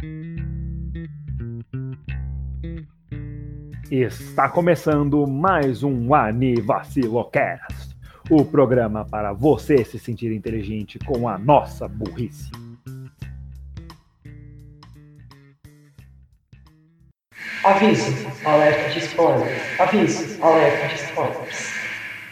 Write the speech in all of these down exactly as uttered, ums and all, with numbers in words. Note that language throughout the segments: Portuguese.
Está começando mais um Anivacilocast, o programa para você se sentir inteligente com a nossa burrice. Aviso, alerta de spoilers. Aviso, alerta de spoilers.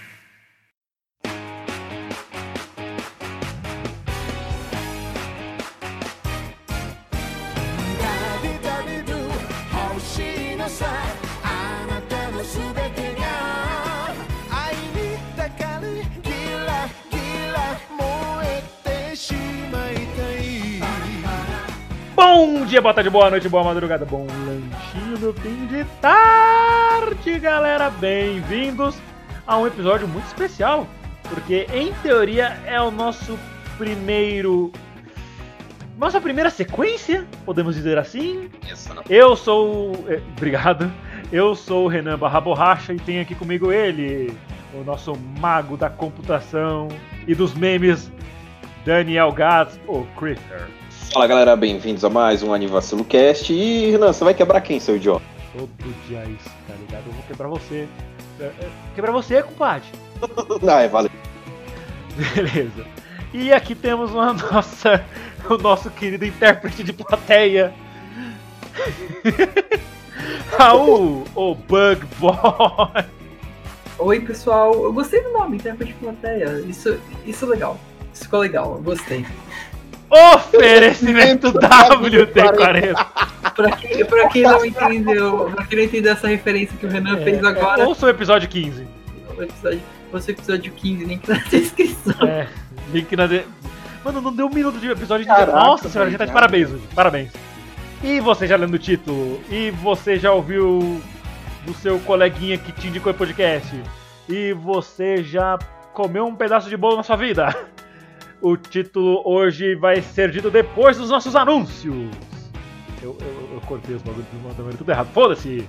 Bom dia, boa tarde, boa noite, boa madrugada, bom lanchinho do fim de tarde, galera. Bem-vindos a um episódio muito especial, porque em teoria é o nosso primeiro... Nossa primeira sequência, podemos dizer assim. Isso, não. Eu sou... eh, Obrigado. Eu sou o Renan Barra Borracha e tenho aqui comigo ele, o nosso mago da computação e dos memes, Daniel Gats, o Critter. Fala galera, bem-vindos a mais um Anivacilocast. E Renan, você vai quebrar quem, seu idiota? Todo dia isso, tá ligado? Eu vou quebrar você. Quebrar você, compadre. Ah, é, valeu. Beleza. E aqui temos uma nossa, o nosso querido intérprete de plateia, Raul, o Bug Boy. Oi, pessoal. Eu gostei do nome, intérprete de plateia. Isso, isso é legal. Isso ficou legal, eu gostei. Oferecimento W D quarenta. Pra quem, pra quem não entendeu, pra quem não entendeu essa referência que o Renan É, fez agora, é, ouça o episódio quinze. o episódio, ouça o episódio quinze, link na descrição. É, link na de... Mano, não deu um minuto de episódio de... Caraca, Nossa senhora, a gente tá de cara. parabéns hoje. Parabéns. E você já lendo o título? E você já ouviu do seu coleguinha que te indicou o podcast? E você já comeu um pedaço de bolo na sua vida? O título hoje vai ser dito depois dos nossos anúncios. Eu, eu, eu cortei os bagulhos do mandamento tudo errado. Foda-se!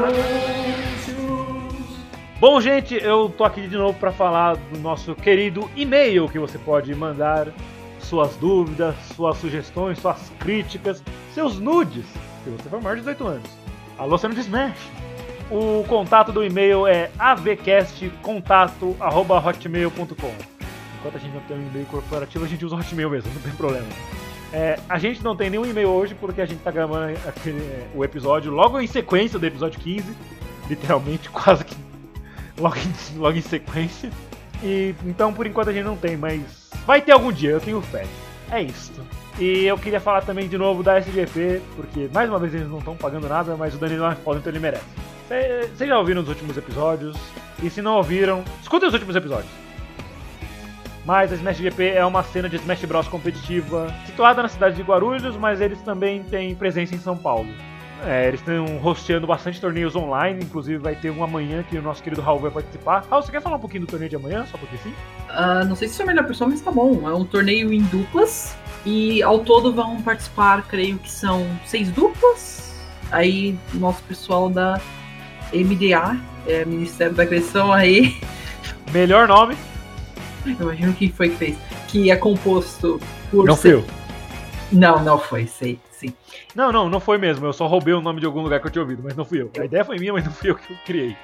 Anúncios! Bom, gente, eu tô aqui de novo pra falar do nosso querido e-mail que você pode mandar suas dúvidas, suas sugestões, suas críticas, seus nudes, se você for maior de dezoito anos. Alô, você não diz Smash? O contato do e-mail é avcastcontato arroba hotmail ponto com. Enquanto a gente não tem um e-mail corporativo, a gente usa o Hotmail mesmo, não tem problema. É, a gente não tem nenhum e-mail hoje porque a gente tá gravando aquele, é, o episódio logo em sequência do episódio quinze. Literalmente, quase que logo em, logo em sequência. E, então, por enquanto, a gente não tem, mas vai ter algum dia, eu tenho fé. É isso. E eu queria falar também de novo da S G P, porque mais uma vez eles não estão pagando nada, mas o Danilo é foda, então ele merece. Vocês já ouviram os últimos episódios? E se não ouviram, escutem os últimos episódios. Mas a Smash G P é uma cena de Smash Bros competitiva, situada na cidade de Guarulhos, mas eles também têm presença em São Paulo. É, eles estão hosteando bastante torneios online, inclusive vai ter um amanhã que o nosso querido Raul vai participar. Raul, você quer falar um pouquinho do torneio de amanhã, só porque sim? Uh, não sei se sou a melhor pessoa, mas tá bom. É um torneio em duplas e ao todo vão participar, creio que são seis duplas. Aí o nosso pessoal da M D A, é, Ministério da Agressão aí. Melhor nome. Eu imagino quem foi que fez. Que é composto por... Não fui eu. Não, não foi, sei, sim. Não, não, não foi mesmo. Eu só roubei o nome de algum lugar que eu tinha ouvido, mas não fui eu. A ideia foi minha, mas não fui eu que eu criei.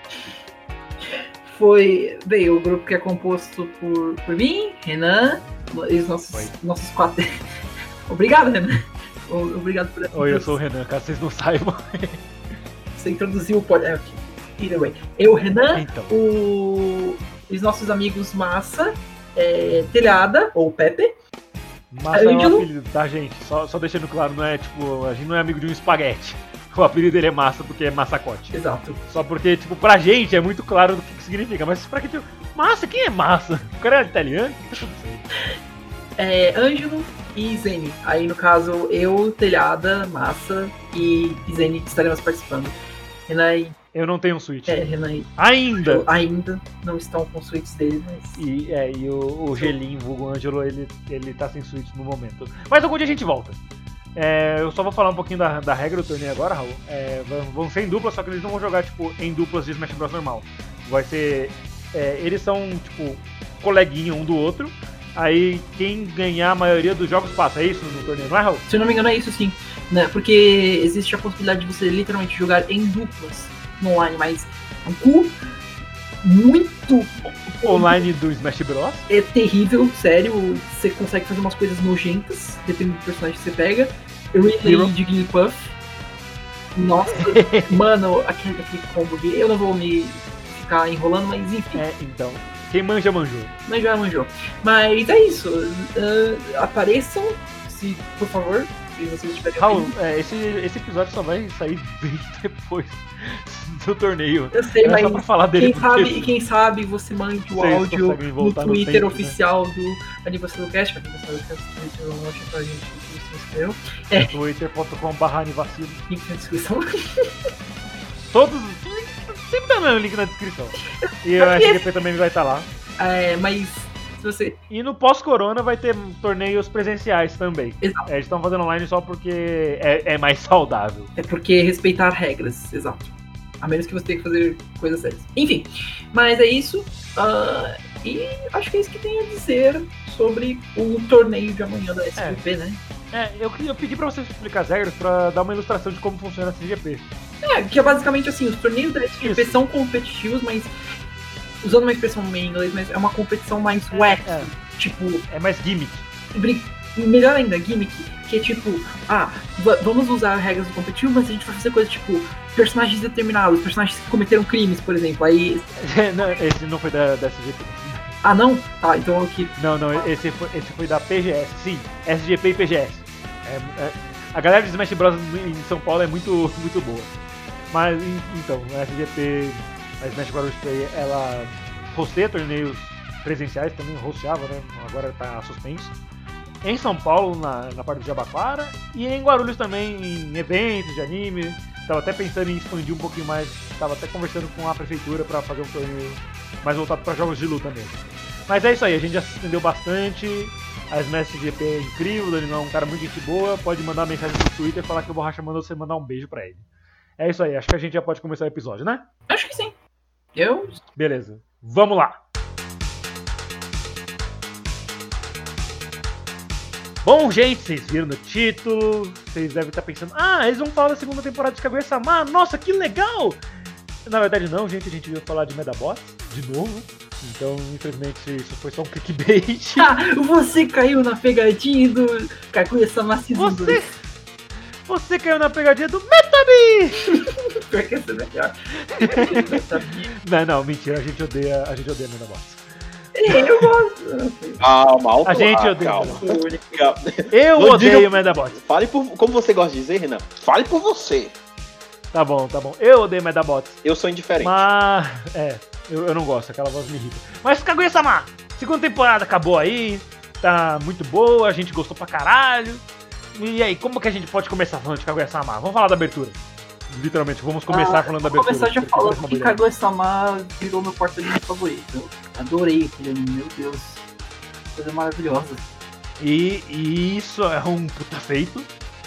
Foi, bem, o grupo que é composto por, por mim, Renan, e os nossos, nossos quatro... Obrigado, Renan. Obrigado por essa... Oi, eu sou o Renan, caso vocês não saibam. Você introduziu o podcast. Either way. Eu, Renan, Então. o... os nossos amigos Massa, é, Telhada, ou Pepe. Massa é o Ângelo. apelido, tá, gente? Só, só deixando claro, não é tipo, a gente não é amigo de um espaguete. O apelido dele é Massa porque é massacote. Exato. Só porque, tipo, pra gente é muito claro do que, que significa. Mas pra que, tipo, Massa? Quem é Massa? O cara é italiano? O que tá acontecendo? É, Ângelo e Zene. Aí, no caso, eu, Telhada, Massa e Zene estaremos participando. Renan e... Eu não tenho um Switch. É, Renan e... Ainda! Ainda não estão com suítes deles, mas... E, é, e o, o Gelinho, o vulgo Ângelo, ele, ele tá sem Switch no momento. Mas algum dia a gente volta. É, eu só vou falar um pouquinho da, da regra do torneio agora, Raul. É, vão, vão ser em dupla, só que eles não vão jogar, tipo, em duplas de Smash Bros normal. Vai ser... É, eles são, tipo, coleguinha um do outro. Aí quem ganhar a maioria dos jogos passa, é isso no torneio, não é, Raul? Se eu não me engano é isso sim, né? Porque existe a possibilidade de você literalmente jogar em duplas no online, mas é um cu muito Online do Smash Bros. É terrível, sério. Você consegue fazer umas coisas nojentas, dependendo do personagem que você pega. Eu Hero. de Jigglypuff. Nossa, mano, aquele, aquele combo de... Eu não vou me ficar enrolando, mas enfim. É, então. Quem manja, manjou. Mas já manjou. Mas é isso. Uh, apareçam, se por favor, se vocês estiverem Raul, ouvindo. é, esse, esse episódio só vai sair bem depois do torneio. Eu sei, Era mas só pra falar dele. quem porque- sabe, quem sabe você mande o Vocês áudio conseguem no voltar no Twitter tempo, oficial do Aniversário do Cast. Pra quem não sabe, o Twitter não mostra pra gente o que você escreveu. É, twitter ponto com barra anivacilo. link na descrição. Todos. Sempre tem o mesmo link na descrição. E o S G P também vai estar lá. É, mas se você. E no pós-corona vai ter torneios presenciais também. Exato. É, eles estão fazendo online só porque é, é mais saudável. É porque respeitar regras, exato. A menos que você tenha que fazer coisas sérias. Enfim, mas é isso. ah, e acho que é isso que tem a dizer sobre o torneio de amanhã da S G P, né? É, eu, eu pedi pra você explicar as regras pra dar uma ilustração de como funciona a S G P. É, que é basicamente assim, os torneios da S G P Isso. são competitivos, mas usando uma expressão meio em inglês, mas é uma competição mais wacky. É, Tipo, é mais gimmick. brin- melhor ainda, gimmick, que é tipo, ah, va- vamos usar regras do competitivo, mas a gente vai fazer coisas tipo personagens determinados, personagens que cometeram crimes, por exemplo. Aí. Não, esse não foi da, da S G P. Ah não? Tá, então aqui. Não, não, esse foi, esse foi da P G S. Sim, S G P e P G S. É- é- a galera de Smash Bros. Em São Paulo é muito, muito boa. Mas, em- então, a S G P, a Smash Bros. Play, ela hosteia torneios presenciais, também hosteava, né? Agora tá suspenso. Em São Paulo, na, na parte do Jabaquara, e em Guarulhos também, em eventos de anime. Tava até pensando em expandir um pouquinho mais, tava até conversando com a prefeitura pra fazer um torneio mais voltado pra jogos de luta mesmo. Mas é isso aí, a gente já se estendeu bastante. A Smash G P é incrível, o Danilo é um cara muito gente boa. Pode mandar mensagem no Twitter e falar que o Borracha mandou você mandar um beijo pra ele. É isso aí, acho que a gente já pode começar o episódio, né? Acho que sim. Eu. Beleza, vamos lá! Bom, gente, vocês viram no título, vocês devem estar pensando, ah, eles vão falar da segunda temporada de Kaguya-sama, nossa, que legal! Na verdade não, gente, a gente veio falar de Medabots, de novo, então infelizmente isso foi só um clickbait. Ah, você caiu na pegadinha do Kaguya-sama Season Você, dois. você caiu na pegadinha do Metabi! Pior que essa é melhor. Não, não, mentira, a gente odeia, a gente odeia Medabots. Eu gosto. Calma, alto A gente lá, odeia. calma. Calma. Eu Não odeio diga- Medabots. Fale por. Como você gosta de dizer, Renan? Fale por você. Tá bom, tá bom, eu odeio Medabots. Eu sou indiferente. Mas, é, eu, eu não gosto, aquela voz me irrita. Mas Kaguya-sama, segunda temporada acabou aí, tá muito boa, a gente gostou pra caralho. E aí, como que a gente pode começar falando de Kaguya-sama? Vamos falar da abertura. Literalmente, vamos começar Ah, falando da Vou abertura. começar já porque parece falando uma que boa ideia. Kaguya-sama virou meu porta-livro favorito. Eu adorei aquele anime, meu Deus. Coisa maravilhosa. E, e isso é um puta feito.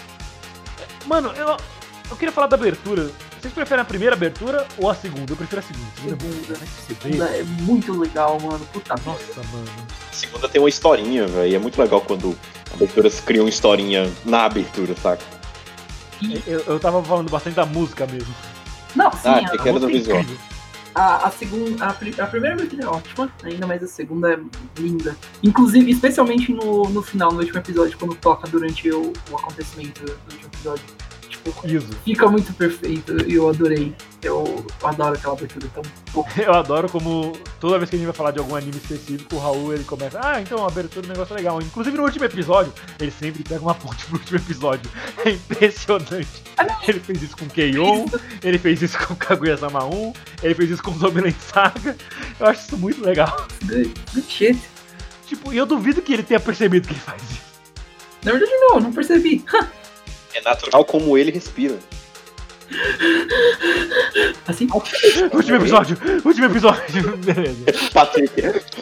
Mano, eu, eu queria falar da abertura. Vocês preferem a primeira abertura ou a segunda? Eu prefiro a segunda. A segunda é muito- Segunda. né, que se vê. Segunda é muito legal, mano. Puta merda. Nossa, mano. A segunda tem uma historinha, velho. E é muito legal quando aberturas criam historinha na abertura, saca? Eu, eu tava falando bastante da música mesmo. Não, sim, Ah, a, que era do música é visual. incrível. a, a segunda, a, pri- a primeira abertura é ótima, ainda mais a segunda é linda. Inclusive, especialmente no, no final, no último episódio, quando toca durante o, o acontecimento do último episódio. Tipo, Isso. fica muito perfeito e eu adorei. Eu adoro aquela abertura tão pouco. Eu adoro como toda vez que a gente vai falar de algum anime específico, o Raul ele começa, ah, então a abertura do negócio é legal. Inclusive no último episódio, ele sempre pega uma ponte pro último episódio. É impressionante. Ele fez isso com Keion, ele fez isso com Kaguya-sama um, ele fez isso com Zombieland Saga. Eu acho isso muito legal. Good, good shit. Tipo, e eu duvido que ele tenha percebido que ele faz isso. Na verdade, não, eu não percebi. É natural como ele respira. Assim, Último episódio, último episódio. Beleza. Patrick.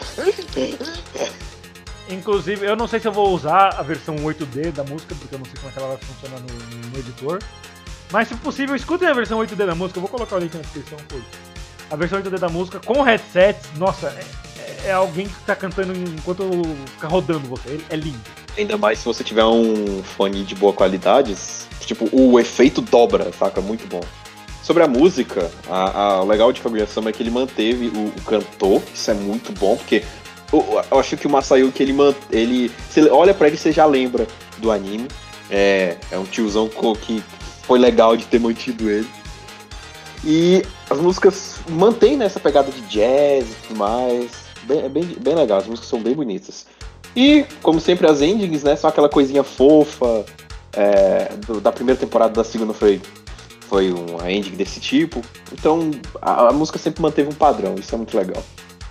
Inclusive, eu não sei se eu vou usar a versão oito D da música, porque eu não sei como é que ela vai funcionar no, no editor. Mas, se possível, escutem a versão oito D da música. Eu vou colocar o link na descrição. Pô. A versão oito D da música com headsets, nossa, é, é alguém que tá cantando enquanto fica rodando você. É lindo. Ainda mais se você tiver um fone de boa qualidade, tipo, o efeito dobra, saca? Muito bom. Sobre a música, a, a, o legal de Kaguya-sama é que ele manteve o, o cantor, isso é muito bom, porque eu, eu acho que o Masayuki, ele, ele você olha pra ele e você já lembra do anime. É, é um tiozão que foi legal de ter mantido ele. E as músicas mantêm, né, essa pegada de jazz e tudo mais. Bem, é bem, bem legal, as músicas são bem bonitas. E, como sempre, as endings, né, são aquela coisinha fofa. É, do, da primeira temporada, da segunda foi, foi uma ending desse tipo. Então, a, a música sempre manteve um padrão, isso é muito legal.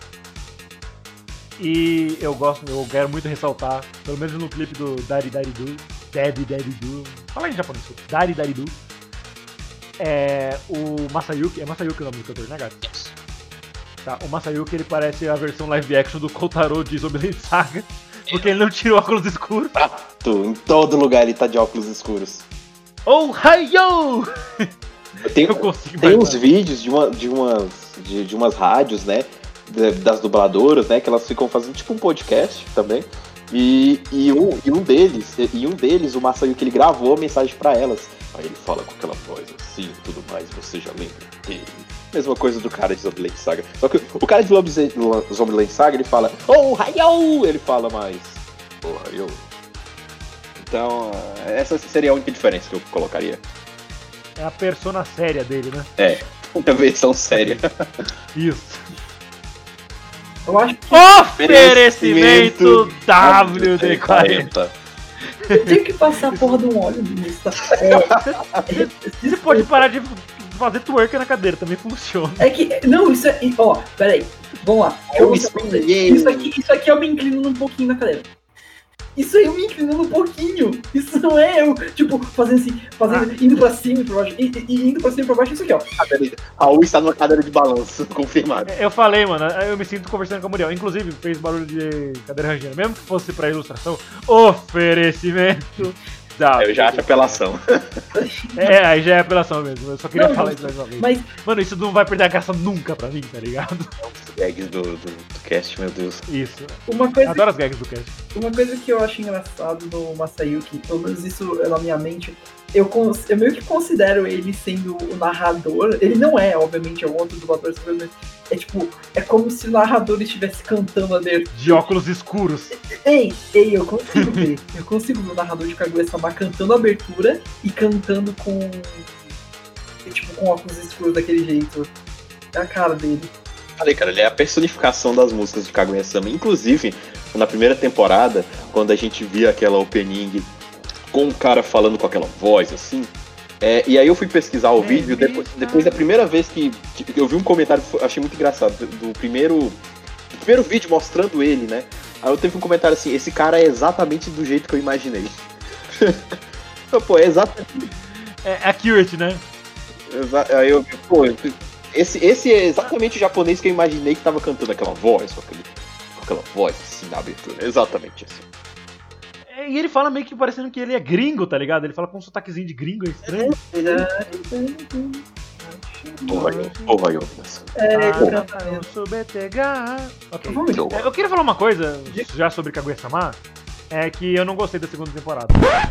E eu gosto, eu quero muito ressaltar, pelo menos no clipe do Dari Dari Do, Daddy Daddy Do, fala em japonês, Dari Dari Do, é o Masayuki, é Masayuki o nome do cantor, né, gato? Tá, o Masayuki, ele parece a versão live action do Kotaro de Zombieland Saga, porque ele não tirou óculos escuros. Fato, em todo lugar ele tá de óculos escuros. Oh, hi, yo! Eu, tenho, eu consigo tem uns vídeos de, uma, de, umas, de, de umas rádios, né, das dubladoras, né, que elas ficam fazendo tipo um podcast também. E, e, um, e um deles, e um deles, o Masayuki, ele gravou a mensagem pra elas. Aí ele fala com aquela voz assim e tudo mais, você já lembra dele. Mesma coisa do cara de Zombieland Saga. Só que o cara de Zombieland Saga, ele fala, oh, hi-yo! Ele fala mais, oh, hi-yo. Então, essa seria a única diferença que eu colocaria. É a persona séria dele, né? É, uma versão séria. Isso. Eu acho que oferecimento W D quarenta. eu tenho que passar a porra de um óleo nisso. Tá? É, Você pode parar de fazer twerk na cadeira, também funciona. É que, não, isso é, ó, peraí, vamos lá. Eu isso, aqui, isso aqui eu me inclino um pouquinho na cadeira. Isso aí eu me inclinando um pouquinho. Isso não é eu, tipo, fazendo assim, fazendo, indo pra cima e pra baixo, e, e indo pra cima e pra baixo, isso aqui, ó. Raul está numa cadeira de balanço, confirmado. Eu falei, mano, eu me sinto conversando com a Muriel. Inclusive, fez barulho de cadeira rangendo. Mesmo que fosse pra ilustração, oferecimento. Dá, eu já acho apelação. É, aí já é apelação mesmo. Eu só queria não, falar isso mais uma vez. Mas... Mano, isso não vai perder a graça nunca pra mim, tá ligado? É um dos gags do, do, do cast, meu Deus. Isso. Uma coisa eu adoro que... as gags do cast. Uma coisa que eu acho engraçado no Masayuki, pelo menos isso é na minha mente, eu, cons... eu meio que considero ele sendo o narrador. Ele não é, obviamente, é um outro dublador, mas é tipo, é como se o narrador estivesse cantando a dele. De óculos escuros. Ei, ei, eu consigo ver. Eu consigo ver o narrador de Kaguya-sama cantando a abertura e cantando com. Tipo, com óculos escuros daquele jeito. É a cara dele. Falei, cara, ele é a personificação das músicas de Kaguya-sama. Inclusive, na primeira temporada, quando a gente via aquela opening com o cara falando com aquela voz assim. É, e aí eu fui pesquisar o é, vídeo, depois, depois da primeira vez que, que eu vi um comentário, achei muito engraçado, do, do primeiro do primeiro vídeo mostrando ele, né? Aí eu teve um comentário assim, esse cara é exatamente do jeito que eu imaginei. Pô, é exatamente... É accurate, né? Exa... Aí eu, pô, esse, esse é exatamente o japonês que eu imaginei que tava cantando aquela voz, com, aquele, com aquela voz assim na abertura, exatamente assim. E ele fala meio que parecendo que ele é gringo, tá ligado? Ele fala com um sotaquezinho de gringo, é estranho. Porra, eu, porra, eu. É, eu sou B T H. Ok. Eu queria falar uma coisa já sobre Kaguya-sama, é que eu não gostei da segunda temporada.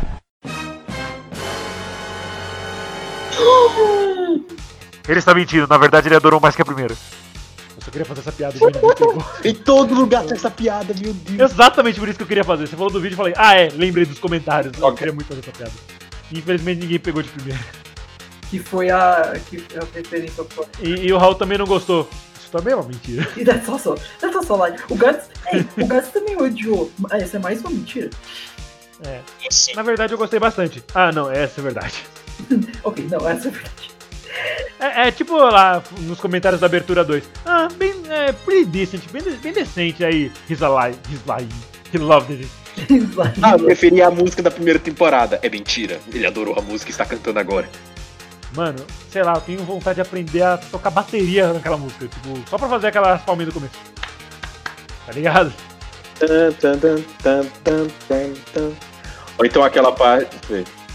Ele está mentindo, na verdade ele adorou mais que a primeira. Eu só queria fazer essa piada. Em todo lugar tem essa piada, meu Deus. Exatamente por isso que eu queria fazer. Você falou do vídeo e falei, ah é, lembrei dos comentários. Okay. Eu queria muito fazer essa piada. Infelizmente ninguém pegou de primeira. Que foi a, que a referência ao e, e o Raul também não gostou. Isso também é uma mentira. E that's also, that's also lie. O Guts, hey, o Guts também odiou. Essa é mais uma mentira. É. Na verdade eu gostei bastante. Ah não, essa é verdade. Ok, não, essa é verdade. É, é tipo lá nos comentários da abertura dois. Ah, bem, é, pretty decent, bem, bem decente aí. He's alive, he's lying, he loved it. Ah, eu preferia a música da primeira temporada. É mentira, ele adorou a música e está cantando agora. Mano, sei lá, eu tenho vontade de aprender a tocar bateria naquela música, tipo, só pra fazer aquelas palminhas no começo. Tá ligado? Tan, tan, tan, tan, tan, tan. Ou então aquela parte.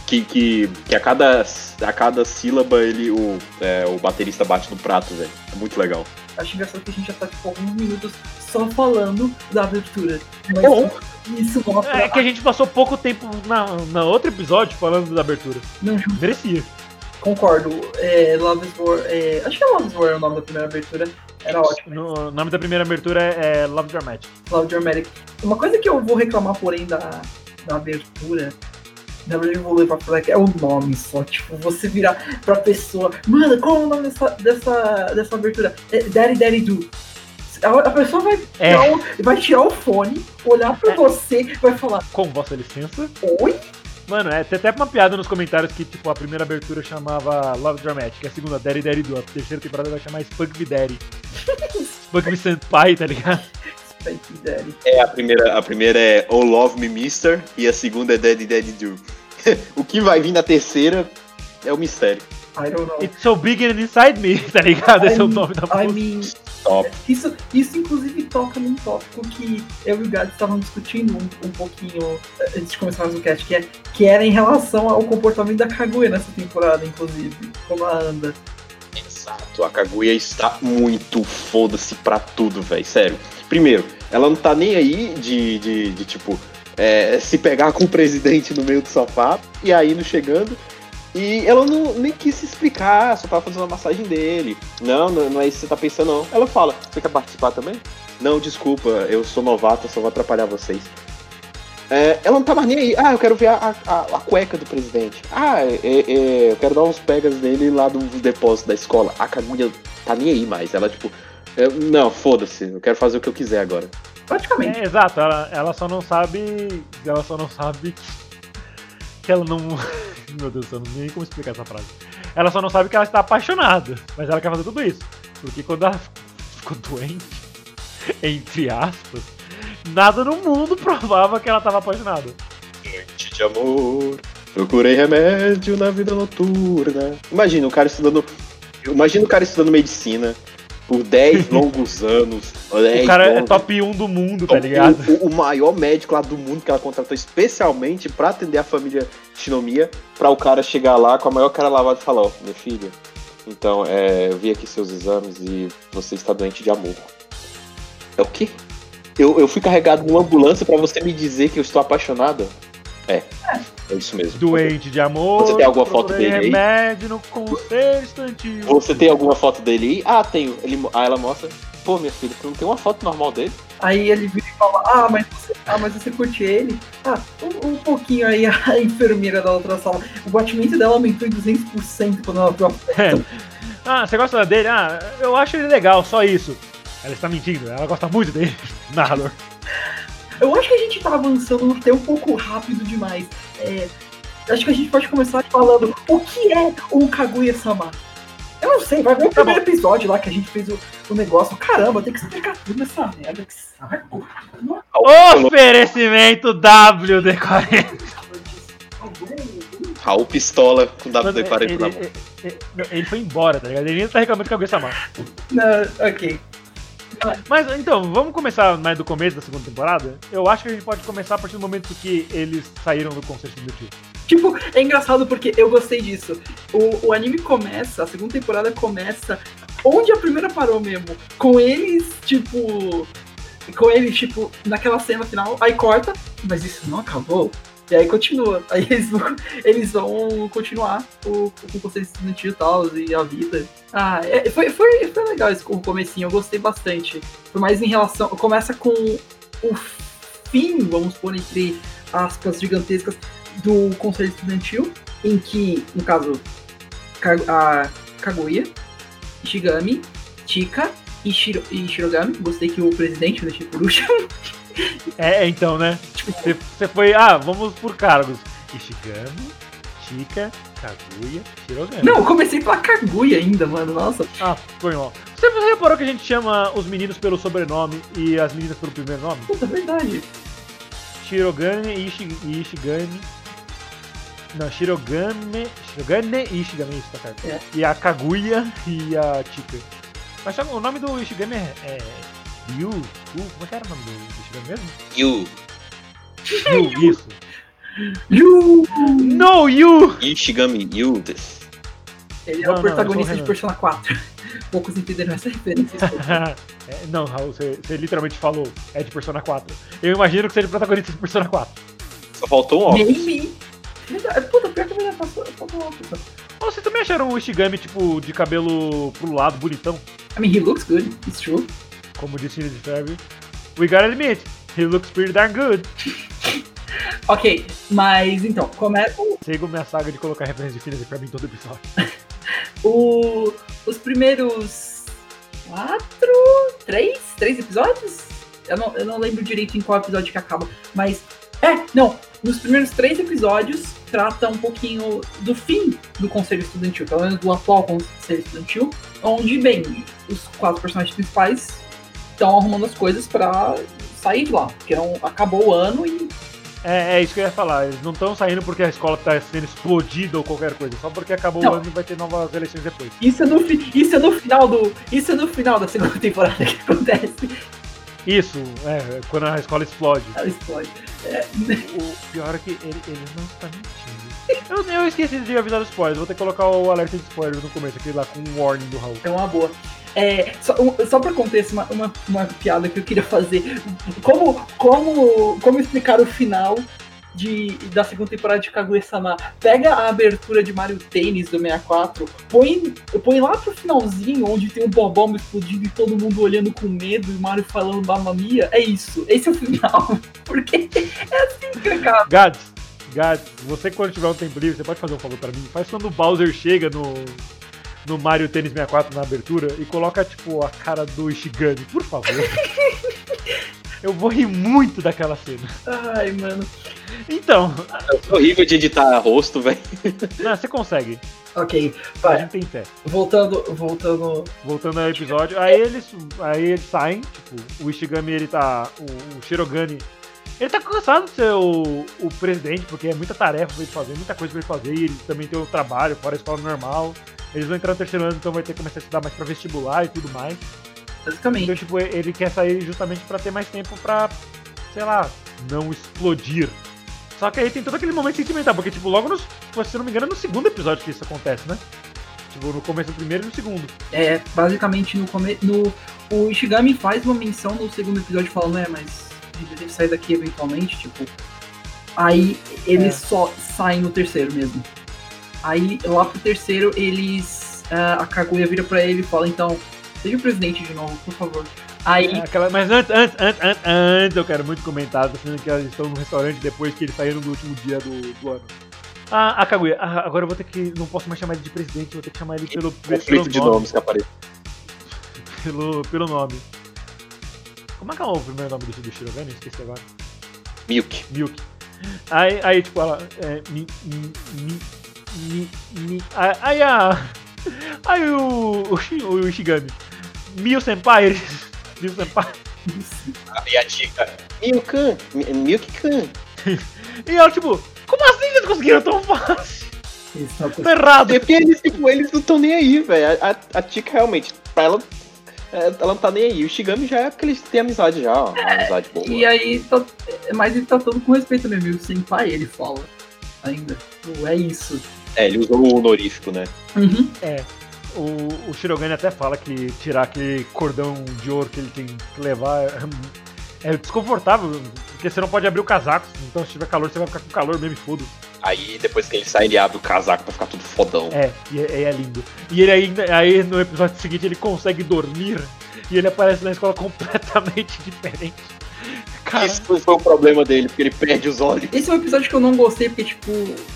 que, que, que a, cada, a cada sílaba ele, o, é, o baterista bate no prato, velho. É muito legal. Acho engraçado que a gente já tá tipo alguns minutos só falando da abertura. Mas Bom. Isso mostra. É que a gente passou pouco tempo na, na outro episódio falando da abertura. Não, justo. Merecia. Concordo. É, Love is War. É, acho que é Love is War o nome da primeira abertura. Era ótimo. No, o nome da primeira abertura é, é Love Dramatic. Love Dramatic. Uma coisa que eu vou reclamar, porém, da, da abertura. Na verdade, eu vou levar pra que é o nome só. Tipo, você virar pra pessoa. Mano, qual é o nome dessa, dessa, dessa abertura? É Daddy Daddy Do. A, a pessoa vai, É. tirar o, vai tirar o fone, olhar pra É. você e vai falar: Com vossa licença. Oi? Mano, é, tem até uma piada nos comentários que, tipo, a primeira abertura chamava Love Dramatic, a segunda Daddy Daddy Do, a terceira temporada vai chamar Spunk Me Daddy. Spunk Me Senpai, tá ligado? Spike Daddy. É, a primeira, a primeira é Oh Love Me Mister e a segunda é Daddy Daddy Do. O que vai vir na terceira é o mistério. I don't know. It's so big and inside me, tá ligado? Esse é o I- nome da I música. mean, Top. isso, isso inclusive toca num tópico que eu e o Gads estavam discutindo um, um pouquinho eh, antes de começarmos o cast, que, é, que era em relação ao comportamento da Kaguya nessa temporada, inclusive. Como ela anda. Exato, a Kaguya está muito foda-se pra tudo, velho. Sério. Primeiro, ela não tá nem aí de, de, de tipo, é, se pegar com o presidente no meio do sofá e aí indo chegando. E ela não, nem quis se explicar, só tava fazendo a massagem dele. Não, não, não é isso que você tá pensando, não. Ela fala: você quer participar também? Não, desculpa, eu sou novata, só vou atrapalhar vocês. É, ela não tá mais nem aí. Ah, eu quero ver a, a, a cueca do presidente. Ah, é, é, eu quero dar uns pegas nele lá do depósito da escola. A Kaguya tá nem aí mais. Ela, tipo, eu- não, foda-se, eu quero fazer o que eu quiser agora. Praticamente. É, exato, ela, ela só não sabe. Ela só não sabe que ela não. Meu Deus do céu, não sei nem como explicar essa frase. Ela só não sabe que ela está apaixonada, mas ela quer fazer tudo isso. Porque quando ela ficou doente, entre aspas, nada no mundo provava que ela estava apaixonada. Noite de amor, procurei remédio na vida noturna. Imagina o cara estudando. Imagina o cara estudando medicina por dez longos anos. O cara é top um do mundo, tá ligado? O, o maior médico lá do mundo que ela contratou especialmente pra atender a família Shinomiya, pra o cara chegar lá com a maior cara lavada e falar: ó, minha filha, então, é, eu vi aqui seus exames e você está doente de amor. É o quê? Eu, eu fui carregado numa ambulância pra você me dizer que eu estou apaixonada? É, é isso mesmo. Doente de amor. Você tem alguma foto procurei dele aí? remédio no conselho estantil. Você tem alguma foto dele aí? Ah, tenho. Ele, ah, ela mostra. Pô, minha filha, tu não tem uma foto normal dele? Aí ele vira e fala: Ah, mas você, ah, mas você curte ele? Ah, um, um pouquinho aí a enfermeira da outra sala. O batimento dela aumentou em duzentos por cento quando ela viu a foto. Ah, você gosta dele? Ah, eu acho ele legal, só isso. Ela está mentindo, ela gosta muito dele. Nada. Eu acho que a gente tá avançando até um pouco rápido demais. É, acho que a gente pode começar falando o que é o Kaguya-sama. Eu não sei, vai ver o Tá primeiro episódio lá que a gente fez o, o negócio. Caramba, tem que explicar tudo nessa merda, que saco. Oferecimento W D quarenta. Raul Pistola com W D Ele, quarenta na ele, mão. ele- ele foi embora, tá ligado? Ele ainda tá reclamando que alguém Sama. Não, ok. Mas então, vamos começar mais do começo da segunda temporada? Eu acho que a gente pode começar a partir do momento que eles saíram do conceito estudantil. Tipo, é engraçado porque eu gostei disso. O, o anime começa, a segunda temporada começa onde a primeira parou mesmo. Com eles, tipo. Com eles, tipo, naquela cena final, aí corta, mas isso não acabou. E aí continua. Aí eles vão, eles vão continuar o, o conceito estudantil e tal, e a vida. Ah, é, foi, foi, foi legal esse o comecinho, eu gostei bastante. Foi mais em relação. Começa com o fim, vamos pôr entre aspas gigantescas, do conselho estudantil, em que, no caso, a Kaguya, Ishigami, Chika e, Shiro, e Shirogami. Gostei que o presidente eu deixei por último. É, então, né? Você você foi, ah, vamos por cargos. Ishigami, Chika, Kaguya, Shirogami. Não, eu comecei pela Kaguya ainda, mano, nossa. Ah, foi mal. Você você reparou que a gente chama os meninos pelo sobrenome e as meninas pelo primeiro nome? Puta, verdade. Shirogane e Ishi- e Ishigami. Não, Shirogane. Shirogane e Ishigami, isso tá certo. É. E a Kaguya e a Chika. Mas sabe, o nome do Ishigami é. é Ryu? Yu? Como é que era o nome do Ishigami mesmo? Yu. Ryu, isso. Yu! No, you! Ishigami Yu. Ele é Não, o não, protagonista eu sou o de Persona quatro. Poucos entenderam essa referência. É, não, Raul, você, você literalmente falou, é de Persona quatro. Eu imagino que seja protagonista de Persona quatro. Só faltou um óculos. Maybe. Puta, pior que a menina passou. Faltou uma pessoa. Ou vocês também acharam o Ishigami, tipo, de cabelo pro lado, bonitão? I mean, he looks good. It's true. Como disse Chile de Febre. We gotta admit, he looks pretty darn good. Ok, mas então, começa Sigo minha saga de colocar referência de Phineas e Ferb em todo episódio. o, os primeiros quatro, três, três episódios? Eu não, eu não lembro direito em qual episódio que acaba, mas é, não, nos primeiros três episódios trata um pouquinho do fim do Conselho Estudantil, pelo menos do atual Conselho Estudantil, onde, bem, os quatro personagens principais estão arrumando as coisas pra sair de lá, porque não, acabou o ano e É, é isso que eu ia falar, eles não estão saindo porque a escola tá sendo explodida ou qualquer coisa, só porque acabou Não. o ano e vai ter novas eleições depois. isso é no, fi- isso é no final do. Isso é no final da segunda temporada que acontece. Isso, é, quando a escola explode. Ela explode. É, O pior é que ele, ele não está mentindo. Eu, eu esqueci de avisar dos spoilers, vou ter que colocar o alerta de spoilers no começo, aquele lá com o warning do Raul. é uma boa. É, só, um- só pra contexto, uma, uma, uma piada que eu queria fazer. Como, como, como explicar o final de, da segunda temporada de Kaguya-sama? Pega a abertura de Mario Tennis do sessenta e quatro, põe, põe lá pro finalzinho, onde tem um bobão explodindo e todo mundo olhando com medo e o Mario falando Mamma Mia. É isso, esse é o final. Porque é assim que acaba. Gads, Gads, você quando tiver um tempo livre, você pode fazer um favor pra mim? Faz quando o Bowser chega no, no Mario Tennis sessenta e quatro na abertura e coloca, tipo, a cara do Ishigami, por favor. Eu vou rir muito daquela cena. Ai, mano. Então, É horrível de editar rosto, velho. não, você consegue. Ok, A vai. gente tem fé. Voltando, voltando. Voltando ao episódio, aí eles, aí eles saem, tipo, o Ishigami, ele tá, o, o Shirogane, ele tá cansado de ser o, o presidente, porque é muita tarefa pra ele fazer, muita coisa pra ele fazer, e ele também tem o trabalho, fora a escola normal, eles vão entrar no terceiro ano, então vai ter que começar a estudar mais pra vestibular e tudo mais, Basicamente. então, tipo, ele quer sair justamente pra ter mais tempo pra, sei lá, não explodir. Só que aí tem todo aquele momento sentimental, porque, tipo, logo, no, se eu não me engano, é no segundo episódio que isso acontece, né? Tipo, no começo do primeiro e no segundo. É, basicamente no começo. No, o Ishigami faz uma menção no segundo episódio falando, é, mas a gente deve sair daqui eventualmente, tipo. Aí eles É. só saem no terceiro mesmo. Aí lá pro terceiro eles. ah, a Kaguya vira pra ele e fala, então, seja o presidente de novo, por favor. Aí. É, aquela- mas antes, antes, antes, antes, antes, eu quero muito comentar, tá sendo que elas estão no restaurante depois que eles saíram no último dia do, do ano. Ah, a Kaguya, ah, agora eu vou ter que. Não posso mais chamar ele de presidente, vou ter que chamar ele pelo, pelo, Conflito de nome, nomes que apareceu. pelo, pelo nome. Como é que é o primeiro nome do, do Shirogane? Esqueci agora. Milk. Milk. Aí, aí tipo, ela. É, mi, mi, mi, mi, mi, aí, aí a. Aí o. O, Shi- o Ishigami. Mio Senpai, eles. Mio Senpai. E a tica. Milk-kun. Milk-kun. E ela, tipo, como assim eles conseguiram tão fácil? Eles estão com- Tá errado. É porque eles, tipo, eles não estão nem aí, velho. A, a, a tica realmente, pra ela, é, ela não tá nem aí. O Shigami já é porque eles têm amizade já, ó, uma amizade boa. E aí, tá, mas ele tá todo com respeito mesmo, o senpai, ele fala. Ainda. Pô, é isso. É, ele usou o honorífico, né? Uhum. É. O, o Shirogane até fala que tirar aquele cordão de ouro que ele tem que levar é, é desconfortável, porque você não pode abrir o casaco. Então, se tiver calor, você vai ficar com calor mesmo e foda. Aí depois que ele sai, ele abre o casaco pra ficar tudo fodão. É, e é, é lindo. E ele ainda, aí no episódio seguinte, ele consegue dormir e ele aparece na escola completamente diferente. Cara, Isso foi o problema dele, porque ele perde os olhos. Esse é um episódio que eu não gostei, porque, tipo,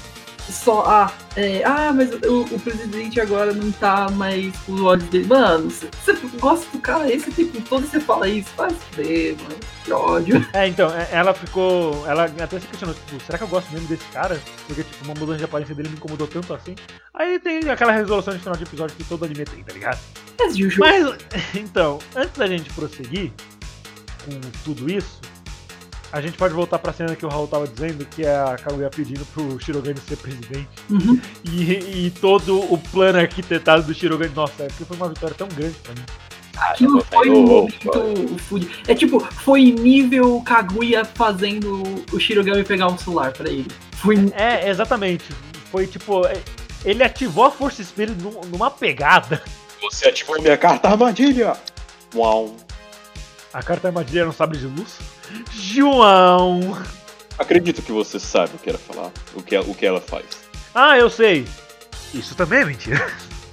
só, ah, é, ah, mas o, o presidente agora não tá mais com os olhos dele. Mano, você gosta do cara esse tempo todo e você fala isso, faz ver, mano, que ódio. é, então, é, ela ficou. Ela até se questionou, tipo, será que eu gosto mesmo desse cara? Porque, tipo, uma mudança de aparência dele me incomodou tanto assim. Aí tem aquela resolução de final de episódio que todo anime tem, tá ligado? As usual. Mas, então, antes da gente prosseguir com tudo isso, a gente pode voltar pra cena que o Raul tava dizendo, que é a Kaguya pedindo pro Shirogane ser presidente. Uhum. E, e todo o plano arquitetado do Shirogane, nossa, é porque foi uma vitória tão grande pra mim. Aquilo foi um momento fudido. É tipo, foi nível Kaguya fazendo o Shirogane pegar um celular pra ele. Fui... É, exatamente. Foi tipo, ele ativou a força espírita numa pegada. Você ativou minha carta armadilha. Uau. A carta armadilha era um sabre de luz? João! Acredito que você sabe o que ela falar, o que, o que ela faz. Ah, eu sei. Isso também é mentira.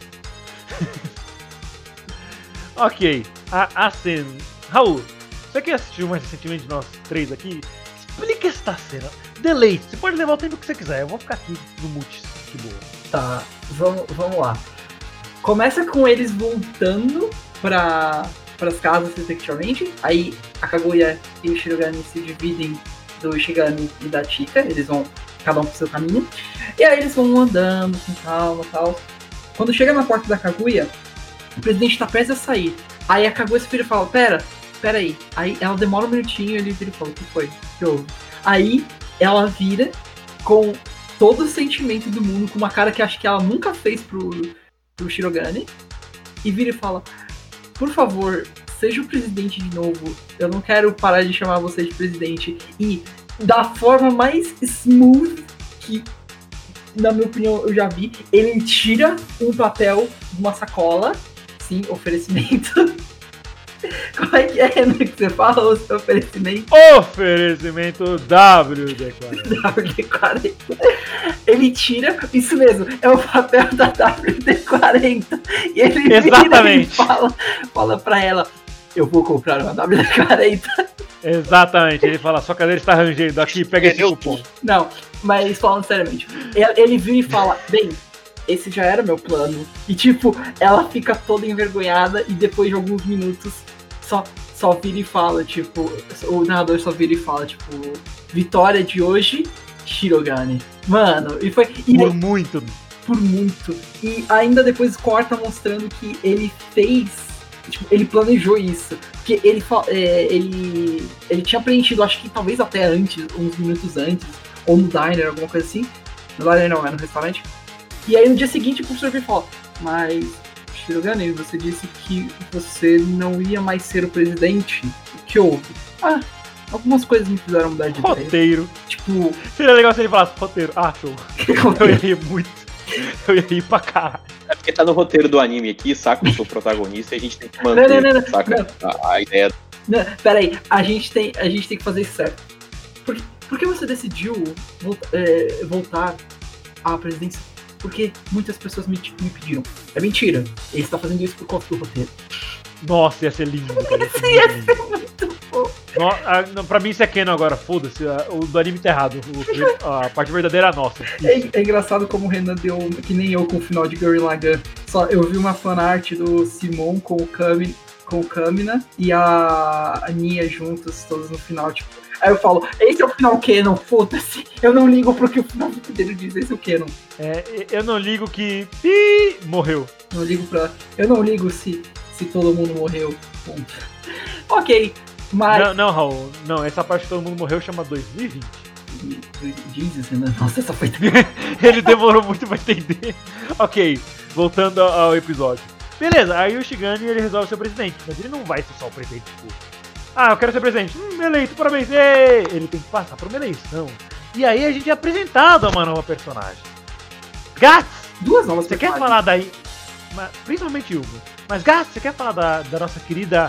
Ok, a, a cena. Raul, você que assistiu mais recentemente nós três aqui, explica esta cena. Deleite, você pode levar o tempo que você quiser, eu vou ficar aqui no mute, que boa. Tá, vamos, vamos lá. Começa com eles voltando para as casas, respectivamente. Aí a Kaguya e o Shirogane se dividem do Ishigami e da Chika. Eles vão cada um pro seu caminho. E aí eles vão andando com calma e tal. Quando chega na porta da Kaguya, o presidente tá prestes a sair. Aí a Kaguya se vira e fala, pera, pera aí. Aí ela demora um minutinho e ele vira e fala, o que foi? O que houve? Aí ela vira com todo o sentimento do mundo, com uma cara que acho que ela nunca fez pro, pro Shirogane. E vira e fala, por favor, seja o presidente de novo. Eu não quero parar de chamar você de presidente. E da forma mais smooth que, na minha opinião, eu já vi, ele tira um papel de uma sacola. Sim, oferecimento. Como é que é, Renan, que você fala o seu oferecimento? Oferecimento W D quarenta. W D quarenta. Ele tira, isso mesmo, é o papel da W D quarenta. E ele Exatamente. Vira e fala, fala pra ela, eu vou comprar uma W D quarenta. Exatamente, ele fala, sua cadeira está rangendo aqui, pega esse cupom. Não, mas falando seriamente, ele vira e fala, bem, esse já era meu plano. E tipo, ela fica toda envergonhada e depois de alguns minutos só, só vira e fala, tipo, o narrador só vira e fala, tipo, vitória de hoje, Shirogane. Mano, e foi... E por aí, muito. Por muito. E ainda depois corta mostrando que ele fez, tipo, ele planejou isso. Porque ele, é, ele, ele tinha preenchido, acho que talvez até antes, uns minutos antes, ou no diner, alguma coisa assim. No diner não, é no restaurante. E aí no dia seguinte o professor vem e fala, mas Shirogane, você disse que você não ia mais ser o presidente. O que houve? Ah, algumas coisas me fizeram mudar de ideia. Roteiro. Tipo... Seria legal se ele falasse roteiro. Ah, show. Eu ia rir muito. Eu ia rir pra caralho. É porque tá no roteiro do anime aqui, saca? Eu sou o protagonista e a gente tem que manter, não, não, não, saca? Não. A, a ideia... Não, peraí, a gente tem, a gente tem que fazer isso certo. Por, por que você decidiu volta, é, voltar à presidência? Porque muitas pessoas me, me pediram. É mentira. Ele está fazendo isso por conta do roteiro. Nossa, ia ser lindo. Cara, ia ser ia lindo. ser muito bom. No, a, não, pra mim isso é canon agora, foda-se. O do anime tá errado. O, a parte verdadeira é a nossa. É, é engraçado como o Renan deu, que nem eu com o final de Gurren Lagann. Só eu vi uma fanart do Simon com o Kami, com o Kamina e a, a Nia juntas, todos no final, tipo. Aí eu falo, esse é o final canon, foda-se. Eu não ligo pro que o final do inteiro diz, esse é o canon. É, eu não ligo que... Pi, morreu. Não ligo pra... Eu não ligo se, se todo mundo morreu. Ponto. Ok, mas... Não, não, Raul. Não, essa parte que todo mundo morreu chama dois mil e vinte. Jesus, Renan. Nossa, essa foi... Ele demorou muito pra entender. Ok, voltando ao episódio. Beleza, aí o Shigane ele resolve ser o presidente. Mas ele não vai ser só o presidente, tipo... Ah, eu quero ser presidente. Hum, eleito, parabéns. Ei! Ele tem que passar por uma eleição. E aí a gente é apresentado a uma nova personagem. Gats! Duas novas Você quer falar daí? Principalmente uma. Mas Gats, você quer falar da, da nossa querida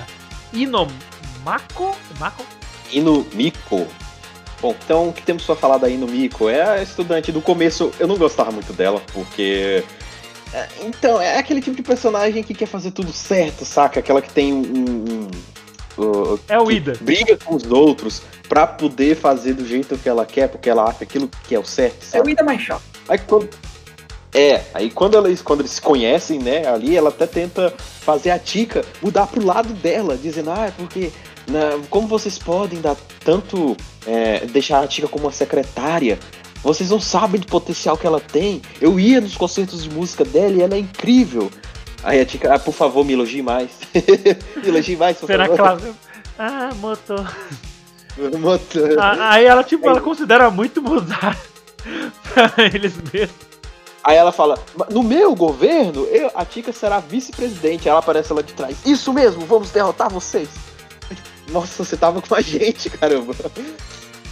Inomako? Mako? Inumiko. Bom, então o que temos pra falar da Inumiko? É a estudante do começo. Eu não gostava muito dela, porque... É, então, é aquele tipo de personagem que quer fazer tudo certo, saca? Aquela que tem um... um Uh, é o Ida. Briga com os outros pra poder fazer do jeito que ela quer, porque ela acha aquilo que é o certo, sabe? É o Ida mais chato. Aí quando... É, aí quando eles, quando eles se conhecem, né, ali, ela até tenta fazer a Chika mudar pro lado dela, dizendo, ah, é porque na, como vocês podem dar tanto, é, deixar a Chika como uma secretária, vocês não sabem do potencial que ela tem, eu ia nos concertos de música dela e ela é incrível. Aí a Chika, ah, por favor, me elogie mais. Me elogie mais, por Será favor. que ela... Ah, motor. motor. Ah, aí ela, tipo, aí... ela considera muito mudar pra eles mesmos. Aí ela fala, no meu governo, eu, a Chika será vice-presidente. Aí ela aparece lá de trás. Isso mesmo, vamos derrotar vocês. Nossa, você tava com a gente, caramba.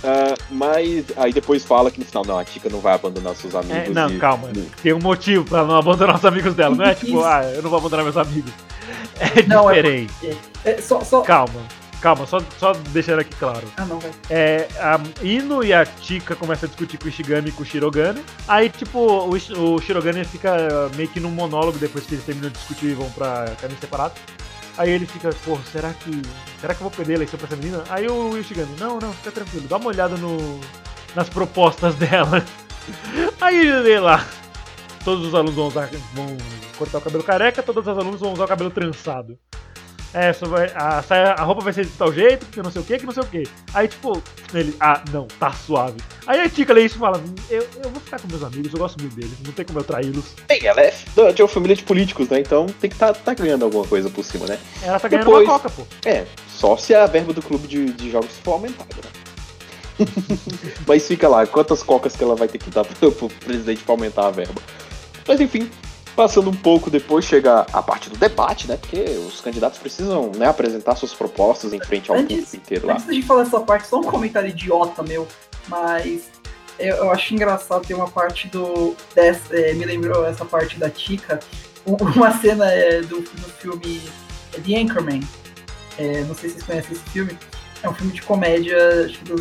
Uh, mas aí depois fala que no final, não, a Chica não vai abandonar seus amigos. É, não, e... calma. Tem um motivo pra não abandonar os amigos dela. Não é tipo, ah, eu não vou abandonar meus amigos. É Não, é- diferente. É, é, só, só... Calma, calma, só, só deixando aqui claro. Ah, não, vai. É, a Ino e a Chica começam a discutir com o Ishigami e com o Shirogane. Aí, tipo, o, Ish- o Shirogane fica meio que num monólogo depois que eles terminam de discutir e vão pra caminhos separados. Aí ele fica, pô, será que. Será que eu vou perder a eleição pra essa menina? Aí o Ishigami, não, não, fica tranquilo, dá uma olhada no, nas propostas dela. Aí ele lê lá. Todos os alunos vão, usar, vão cortar o cabelo careca, todos os alunos vão usar o cabelo trançado. É, só vai, a, saia- a roupa vai ser de tal jeito, que não sei o que, que não sei o que. Aí, tipo, ele, ah, não, tá suave. Aí a Chica lê isso e fala, eu, eu vou ficar com meus amigos, eu gosto muito deles, não tem como eu traí-los. Bem, ela é de uma família de políticos, né? Então tem que tá, tá ganhando alguma coisa por cima, né? Ela tá ganhando Depois- uma coca, pô. É, só se a verba do clube de, de jogos for aumentada, né? Mas fica lá, quantas cocas que ela vai ter que dar pro, pro presidente pra aumentar a verba. Mas enfim, passando um pouco depois, chega a parte do debate, né? Porque os candidatos precisam, né, apresentar suas propostas em frente ao Antes- público inteiro lá. Antes da gente falar dessa parte, só um comentário idiota meu, mas eu, eu acho engraçado ter uma parte do. Dessa, é, me lembrou essa parte da Chica, um- uma cena é, do, do filme The Anchorman. É, não sei se vocês conhecem esse filme. É um filme de comédia, acho que dos,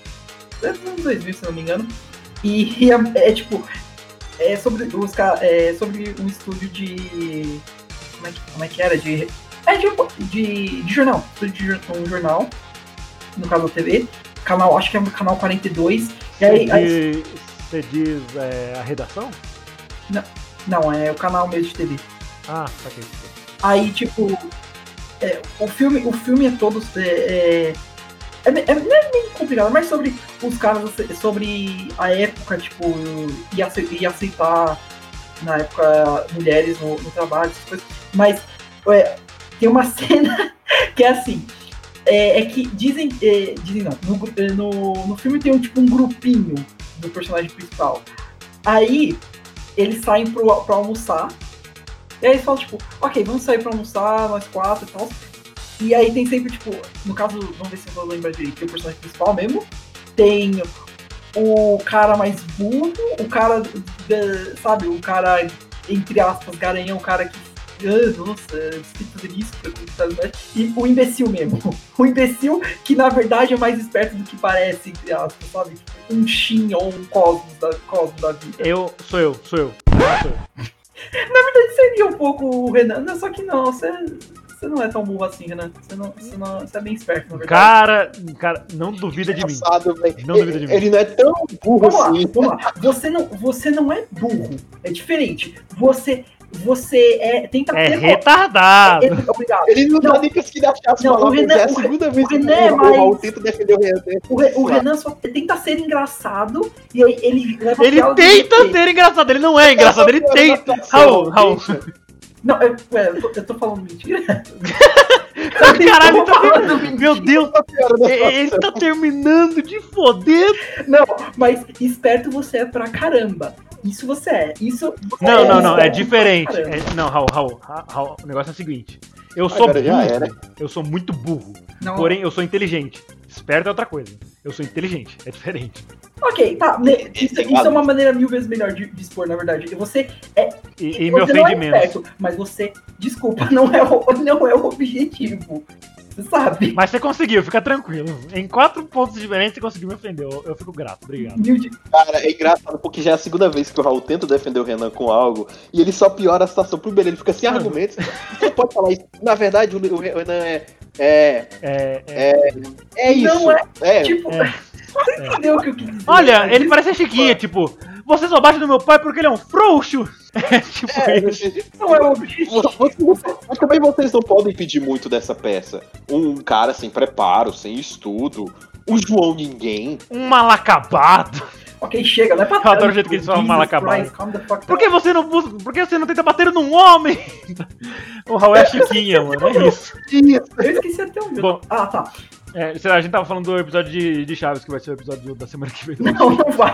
dos anos dois mil, se não me engano. E é, é tipo. É sobre, os, ca- é sobre um estúdio de. Como é que, como é que era? De. É de, de, de jornal. Estúdio de jor- um jornal. No caso da T V. Canal, acho que é o canal quarenta e dois. E aí, aí- Você diz, você diz é, a redação? não, é o canal mesmo de T V. Ah, saquei. Aí, tipo, é, o, filme, o filme é todo. É, é, é, é, não é bem complicado, mas sobre os caras, sobre a época, tipo, e ace- e aceitar, na época, mulheres no, no trabalho, essas coisas. Mas é, tem uma cena que é assim. É, é que dizem. É, dizem não. No, gru- é, no, no filme tem um tipo um grupinho do personagem principal. Aí eles saem pro, pra almoçar. E aí eles falam, tipo, ok, vamos sair pra almoçar, nós quatro e tal. E aí tem sempre, tipo, no caso, vamos ver se eu vou lembrar direito, tem o personagem principal mesmo, tem o cara mais burro, o cara, da- sabe, o cara, entre aspas, garanhão, o cara que, ah, nossa, você tem que fazer isso pra conquistar as mulheres, e o imbecil mesmo. O imbecil que, na verdade, é mais esperto do que parece, entre aspas, sabe? Um Shin ou um Cosmos da, Cosmos da vida. Eu, sou eu, sou eu. Sou eu. Seria um pouco o Renan, não, só que não, você, você não é tão burro assim, Renan. Você, não, você, não, você é bem esperto, na verdade. Cara, cara, não duvida de mim. Engraçado, velho. Não duvida de mim. Ele não é tão burro Vamos lá, assim. vamos lá. Você não, você não é burro, é diferente. Você, você é, tenta É ter- retardado. É, obrigado. Ele não, Não. dá nem pra se achar as Não, o palavras. Renan- É a o Re- segunda vez o que Renan é o mais- Raul tenta defender o Renan. O, Re- o Renan só tenta ser engraçado e aí ele leva Ele piada do tenta jeito. ser engraçado, ele não é engraçado, ele tenta. Raul, Raul. Não, eu, ué, eu, tô, eu tô falando mentira. Caralho, Eu tô tá falando ter... mentira. Meu Deus, ele tá terminando de foder. Não, mas esperto você é pra caramba. Isso você é. Isso você Não, é não, não, é esperto diferente. pra caramba. É- não, Raul, Raul, Ra- Raul, o negócio é o seguinte. Eu sou Agora já era. burro, eu sou muito burro, Não. porém eu sou inteligente. Esperto é outra coisa. Eu sou inteligente, é diferente. Ok, tá. né, Isso, Tem isso é lado. uma maneira mil vezes melhor de, de expor, na verdade. Você é. E, e me você não ofende é menos. esperto, mas você. Desculpa, não é, o, não é o objetivo. Você sabe? Mas você conseguiu, fica tranquilo. Em quatro pontos diferentes você conseguiu me ofender. Eu, eu fico grato, obrigado. Mil de- Cara, é engraçado porque já é a segunda vez que o Raul tenta defender o Renan com algo e ele só piora a situação. Primeiro, ele fica sem Mano. argumentos. Você pode falar isso. Na verdade, o o Renan é. É. É, é, É isso. Não é, É. Tipo, é. você entendeu o que eu quis dizer? Olha, ele Desculpa. parece a Chiquinha, tipo, você só bate no meu pai porque ele é um frouxo. É, tipo É, isso. Não é o objetivo. Você- Mas também vocês não podem pedir muito dessa peça. Um cara sem preparo, sem estudo, o João Ninguém. Um mal acabado. Ok, chega, não é pra Eu adoro tanto. o jeito que eles falam Jesus mal acabado. Christ, calm the fuck Por que você não busca, por que você não tenta bater num homem? O Raul é a Chiquinha, mano, é isso. down. Eu esqueci até o meu. Bom. Ah, tá. É, sei lá, a gente tava falando do episódio de, de Chaves, que vai ser o episódio da semana que vem. Não, não vai.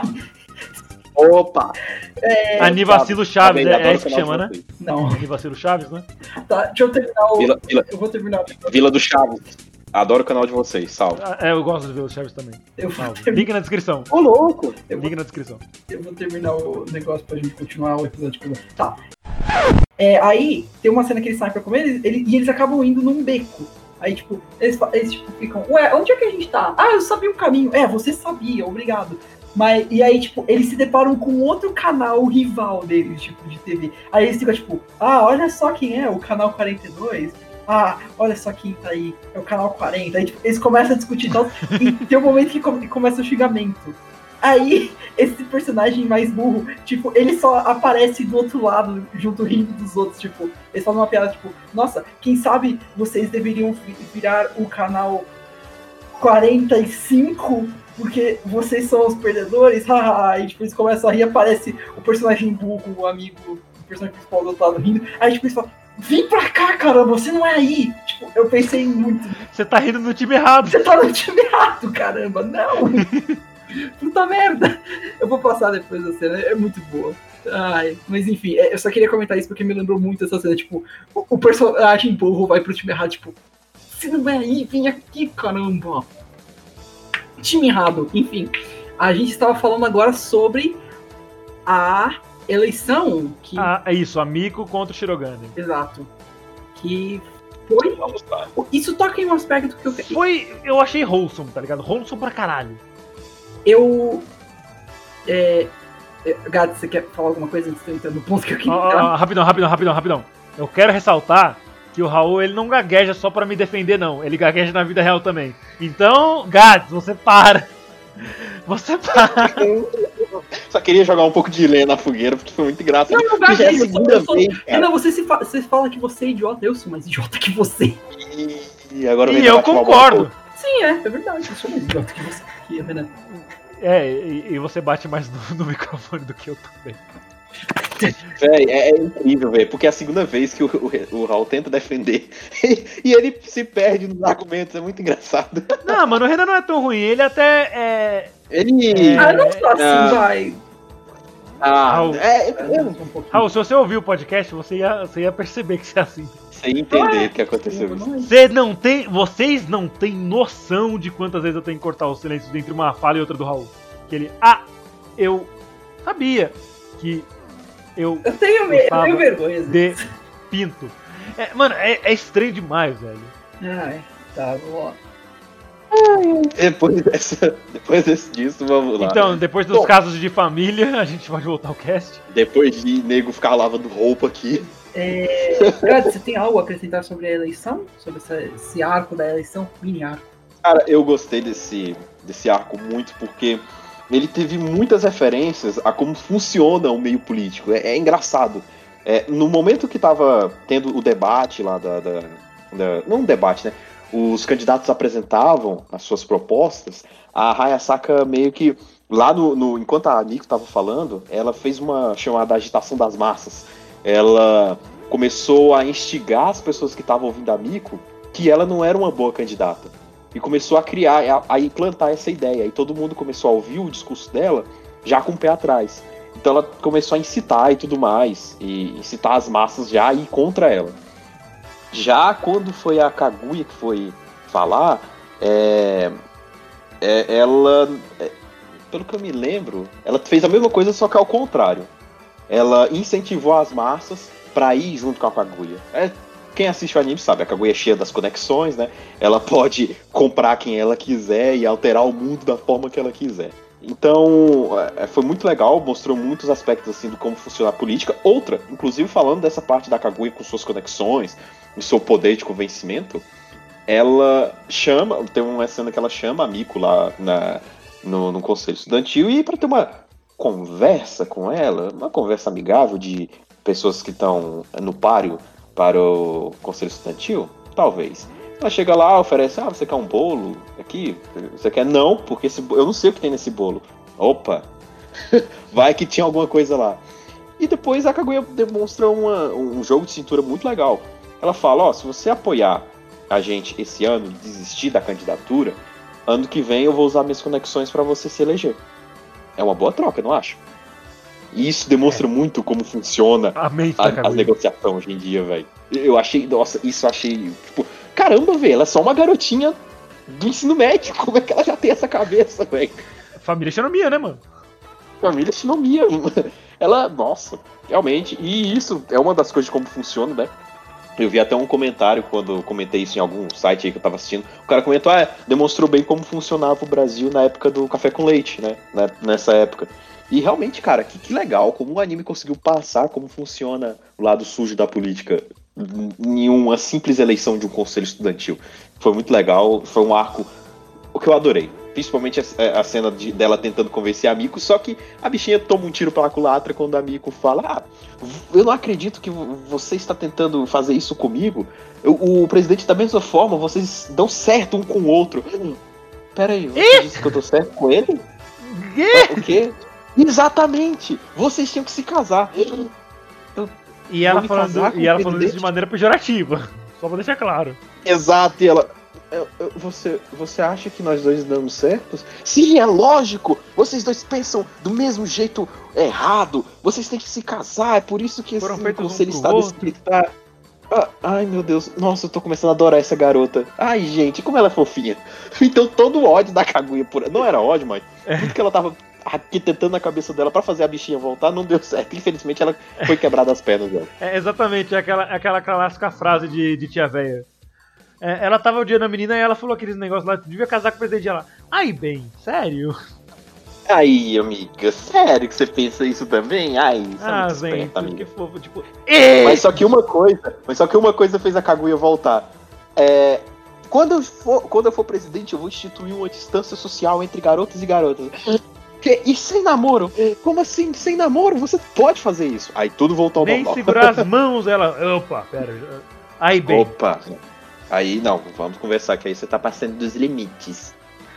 Opa! Anivacilo Chaves, Também é, é adoro isso que o canal chama, né? de vocês. Não. Anivacilo Chaves, né? Tá, deixa eu terminar o. Vila, Vila, Eu vou terminar. Vila do Chaves. Adoro o canal de vocês, salve. Ah, É, eu gosto de ver os Chaves também. Eu vou, Salve. ter- Link na descrição. Ô, louco! eu, vou, Link na descrição. eu vou terminar o negócio pra gente continuar o episódio. Tá. É, aí tem uma cena que eles saem pra comer eles, ele- e eles acabam indo num beco. Aí, tipo, eles, fa- eles tipo, ficam, ué, onde é que a gente tá? Ah, eu sabia o caminho. É, você sabia, obrigado. Mas, e aí, tipo, eles se deparam com outro canal rival deles, tipo, de T V. Aí eles ficam, tipo, ah, olha só quem é, o canal quarenta e dois. Ah, olha só quem tá aí, é o canal quarenta. Aí, tipo, eles começam a discutir, então, e tem um momento que come- começa o xingamento. Aí, esse personagem mais burro, tipo, ele só aparece do outro lado, junto rindo dos outros, tipo, eles falam uma piada, tipo, nossa, quem sabe vocês deveriam vi- virar o canal quarenta e cinco, porque vocês são os perdedores, haha, e tipo, eles começam a rir, aparece o personagem burro, o amigo, o personagem principal do outro lado rindo, aí tipo, eles falam, vem pra cá, caramba, você não é aí. Tipo, eu pensei muito, Você tá rindo no time errado. você tá no time errado, caramba, não. Puta merda. Eu vou passar depois da cena, é muito boa. Ai, mas enfim, é, eu só queria comentar isso porque me lembrou muito essa cena, tipo, o, o personagem burro vai pro time errado, tipo, você não vai aí, vem aqui, caramba. Time errado, enfim. A gente estava falando agora sobre a eleição que... Ah, é isso, Amico contra o Shirogane. Exato. Que foi... Vamos lá. Isso toca em um aspecto que eu... Foi, eu achei wholesome, tá ligado? Wholesome pra caralho. Eu... É... é, Gato, você quer falar alguma coisa antes de eu entrar no ponto que eu queria Ó, ó, entrar? ó, rapidão, rapidão, rapidão, rapidão. Eu quero ressaltar que o Raul, ele não gagueja só pra me defender, não. Ele gagueja na vida real também. Então, Gads, você para. Você para. Só queria jogar um pouco de lenha na fogueira, porque foi muito engraçado. Não, não, Porque já é a gaguejo, segunda eu sou- vez, cara. Não, você, se fa... você fala que você é idiota, eu sou mais idiota que você. E agora E vem eu bater uma bola concordo. Sim, é, é verdade, eu sou mais idiota que você. Que, Renan. É, e, e você bate mais no, no microfone do que eu também. Véi, é, é incrível, velho, porque é a segunda vez que o, o, o Raul tenta defender e, e ele se perde nos argumentos, é muito engraçado. Não, mano, o Renan não é tão ruim. Ele até é... Ele. É. Ah, não sou assim, Ah. vai. Ah, Raul. é, é, Eu sou um pouquinho. Raul, se você ouvir o podcast, você ia, você ia perceber que você é assim. sem entender o que aconteceu. Não é isso. Você não tem, vocês não têm noção de quantas vezes eu tenho que cortar os silêncios entre uma fala e outra do Raul. Que ele, ah, eu sabia que eu Eu tenho, me... eu Gustavo, tenho vergonha. de pinto. É, mano, é, é estranho demais, velho. Ai, tá, vamos lá. Depois, dessa, depois desse, disso, vamos lá. Então, depois dos Bom. casos de família, a gente pode voltar ao cast. Depois de nego ficar lavando roupa aqui. É... Gato, você tem algo a acrescentar sobre a eleição? Sobre essa- esse arco da eleição? Mini arco. Cara, eu gostei desse, desse arco muito porque ele teve muitas referências a como funciona o meio político. É, é engraçado. É, no momento que tava tendo o debate lá da, da, da- Não um debate, né? Os candidatos apresentavam as suas propostas, a Hayasaka meio que. Lá no. no enquanto a Nico tava falando, ela fez uma chamada agitação das massas. Ela começou a instigar as pessoas que estavam ouvindo a Miko que ela não era uma boa candidata. E começou a criar, a, a implantar essa ideia. E todo mundo começou a ouvir o discurso dela já com o pé atrás. Então ela começou a incitar e tudo mais. E incitar as massas já a ir contra ela. Já quando foi a Kaguya que foi falar, é, é, ela, é, pelo que eu me lembro, ela fez a mesma coisa, só que ao contrário. Ela incentivou as massas pra ir junto com a Kaguya. É, quem assiste o anime sabe, a Kaguya é cheia das conexões, né? Ela pode comprar quem ela quiser e alterar o mundo da forma que ela quiser. Então, é, foi muito legal, mostrou muitos aspectos assim de como funciona a política. Outra, inclusive falando dessa parte da Kaguya com suas conexões, o seu poder de convencimento, ela chama, tem uma cena que ela chama a Miko lá na, no, no conselho estudantil e para ter uma conversa com ela, uma conversa amigável de pessoas que estão no páreo para o conselho estudantil, talvez. Ela chega lá, oferece, ah, você quer um bolo aqui? Você quer? Não, porque esse, eu não sei o que tem nesse bolo. Opa, vai que tinha alguma coisa lá. E depois a Kaguya demonstra uma, um jogo de cintura muito legal. Ela fala, ó, oh, se você apoiar a gente esse ano e desistir da candidatura, ano que vem eu vou usar minhas conexões para você se eleger. É uma boa troca, não acho? E isso demonstra é. muito como funciona a, mente a, da as negociações hoje em dia, velho. Eu achei, nossa, isso eu achei, tipo, cara, caramba, velho, ela é só uma garotinha do ensino médio. Como é que ela já tem essa cabeça, velho? Família Shinomiya, né, mano? Família Shinomiya. Ela, nossa, realmente. E isso é uma das coisas de como funciona, né? Eu vi até um comentário quando eu comentei isso em algum site aí que eu tava assistindo. O cara comentou, ah, demonstrou bem como funcionava o Brasil na época do café com leite, né? Nessa época. E realmente, cara, que, que legal como o anime conseguiu passar como funciona o lado sujo da política em uma simples eleição de um conselho estudantil. Foi muito legal, foi um arco o que eu adorei. Principalmente a, a cena de, dela tentando convencer a Miko, só que a bichinha toma um tiro pela culatra quando a Miko fala, ah, eu não acredito que você está tentando fazer isso comigo. O, o presidente, da mesma forma, vocês dão certo um com o outro. Pera aí, você e? disse que eu dou certo com ele? E? O quê? Exatamente! Vocês tinham que se casar. Eu e ela falando, e ela falando isso de maneira pejorativa, só pra deixar claro. Exato, e ela... Você, você acha que nós dois damos certos? Sim, é lógico! Vocês dois pensam do mesmo jeito errado. Vocês têm que se casar, é por isso que Foram esse conselho está escrito. Ah, ai, meu Deus. Nossa, eu tô começando a adorar essa garota. Ai, gente, como ela é fofinha. Então todo o ódio da Kaguya por... Não era ódio, mas tudo que ela tava arquitetando na cabeça dela pra fazer a bichinha voltar não deu certo. Infelizmente ela foi quebrada as pernas dela. É exatamente aquela, aquela clássica frase de, de tia véia. É, ela tava odiando a menina e ela falou aqueles negócios lá, tu devia casar com o presidente dela. Ai, bem, sério? Aí, amiga, sério que você pensa isso também? Ai, isso ah, é muito esperto, amiga. Que fofo, tipo... Mas só que uma coisa, mas só que uma coisa fez a Kaguya voltar. É, quando, eu for, quando eu for presidente, eu vou instituir uma distância social entre garotos e garotas. Que, e sem namoro? Como assim? Sem namoro? Você pode fazer isso. Aí tudo voltou ao normal. Nem segurar as mãos, ela... Opa, pera. Aí, bem. Opa. Aí, não, vamos conversar, que aí você tá passando dos limites.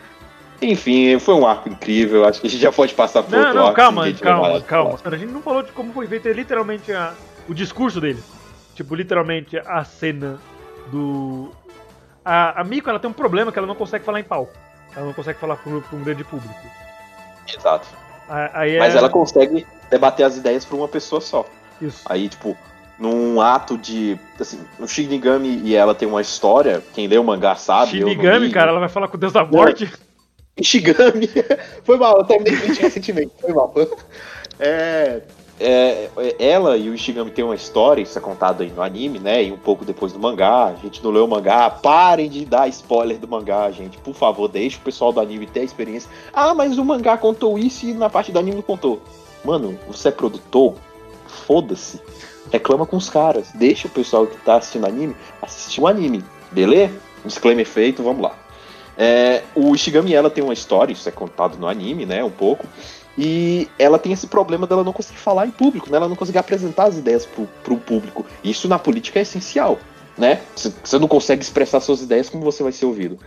Enfim, foi um arco incrível, acho que a gente já pode passar por não, outro não, arco. Calma, calma, calma. A gente não falou de como foi feito literalmente a, o discurso dele. Tipo, literalmente a cena do... A, a Miko, ela tem um problema que ela não consegue falar em palco. Ela não consegue falar para um grande público. Exato. Aí Mas é... ela consegue debater as ideias pra uma pessoa só. Isso. Aí, tipo... Num ato de... Assim, o Shinigami e ela tem uma história. Quem lê o mangá sabe. Shinigami, cara, ela vai falar com o Deus da Morte. Shinigami. Foi mal, eu terminei de recentemente. Foi mal. É, é, ela e o Shinigami tem uma história. Isso é contado aí no anime, né? E um pouco depois do mangá. A gente não leu o mangá. Parem de dar spoiler do mangá, gente. Por favor, deixe o pessoal do anime ter a experiência. Ah, mas o mangá contou isso e na parte do anime não contou. Mano, você é produtor? Foda-se. Reclama com os caras, deixa o pessoal que tá assistindo anime assistir o anime, beleza? Disclaimer feito, vamos lá. É, o Ishigami, ela tem uma história, isso é contado no anime, né, um pouco, e ela tem esse problema dela não conseguir falar em público, né, ela não conseguir apresentar as ideias pro, pro público. Isso na política é essencial, né? Você não consegue expressar suas ideias, como você vai ser ouvido?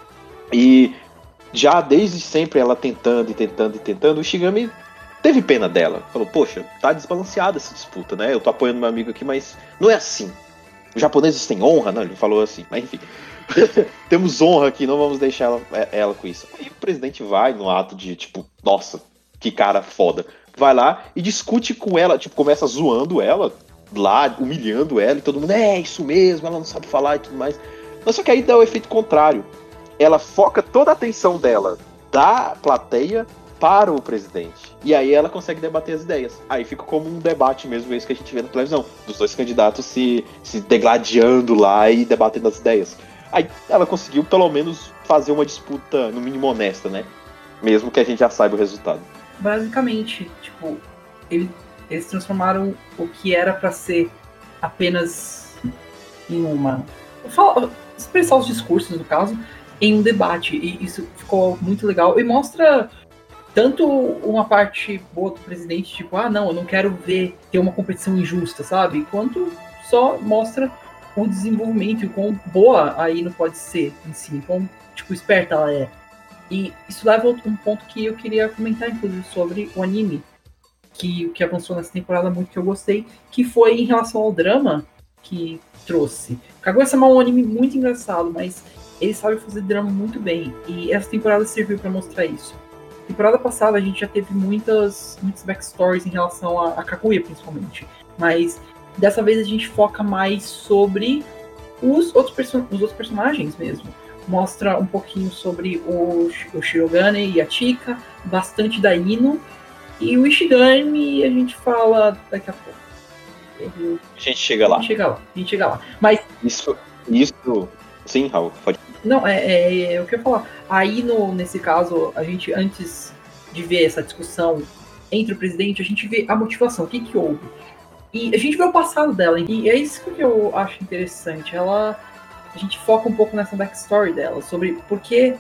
E já desde sempre ela tentando e tentando e tentando, o Ishigami teve pena dela. Falou, poxa, tá desbalanceada essa disputa, né? Eu tô apoiando meu amigo aqui, mas não é assim. Os japoneses têm honra, não? Ele falou assim, mas enfim. Temos honra aqui, não vamos deixar ela, ela com isso. Aí o presidente vai no ato de, tipo, nossa, que cara foda. Vai lá e discute com ela, tipo, começa zoando ela, lá, humilhando ela, e todo mundo, é isso mesmo, ela não sabe falar e tudo mais. Mas só que aí dá o efeito contrário. Ela foca toda a atenção dela da plateia para o presidente. E aí ela consegue debater as ideias. Aí fica como um debate mesmo, isso que a gente vê na televisão, dos dois candidatos se, se degladiando lá e debatendo as ideias. Aí ela conseguiu pelo menos fazer uma disputa, no mínimo honesta, né? Mesmo que a gente já saiba o resultado. Basicamente, tipo, ele, eles transformaram o que era pra ser apenas em uma... Fala, expressar os discursos, no caso, em um debate. E isso ficou muito legal. E mostra tanto uma parte boa do presidente, tipo, ah, não, eu não quero ver ter uma competição injusta, sabe? Quanto só mostra o desenvolvimento e quão boa a Ino pode ser em si, quão, tipo, esperta ela é. E isso leva a um ponto que eu queria comentar, inclusive, sobre o anime, que, que avançou nessa temporada muito, que eu gostei, que foi em relação ao drama que trouxe. Kaguya-sama é um anime muito engraçado, mas ele sabe fazer drama muito bem, e essa temporada serviu para mostrar isso. Temporada passada a gente já teve muitas, muitas backstories em relação a, a Kaguya, principalmente. Mas dessa vez a gente foca mais sobre os outros, perso- os outros personagens mesmo. Mostra um pouquinho sobre o, o Shirogane e a Chika, bastante da Ino, e o Ishigami a gente fala daqui a pouco. Ele, A gente chega lá. A gente chega lá, a gente chega lá. Mas Isso, isso... Sim, Raul, pode. não, é, é, é o que eu ia falar. Aí, no, nesse caso, a gente, antes de ver essa discussão entre o presidente, a gente vê a motivação, o que que houve. E a gente vê o passado dela, e é isso que eu acho interessante. Ela, a gente foca um pouco nessa backstory dela, sobre por que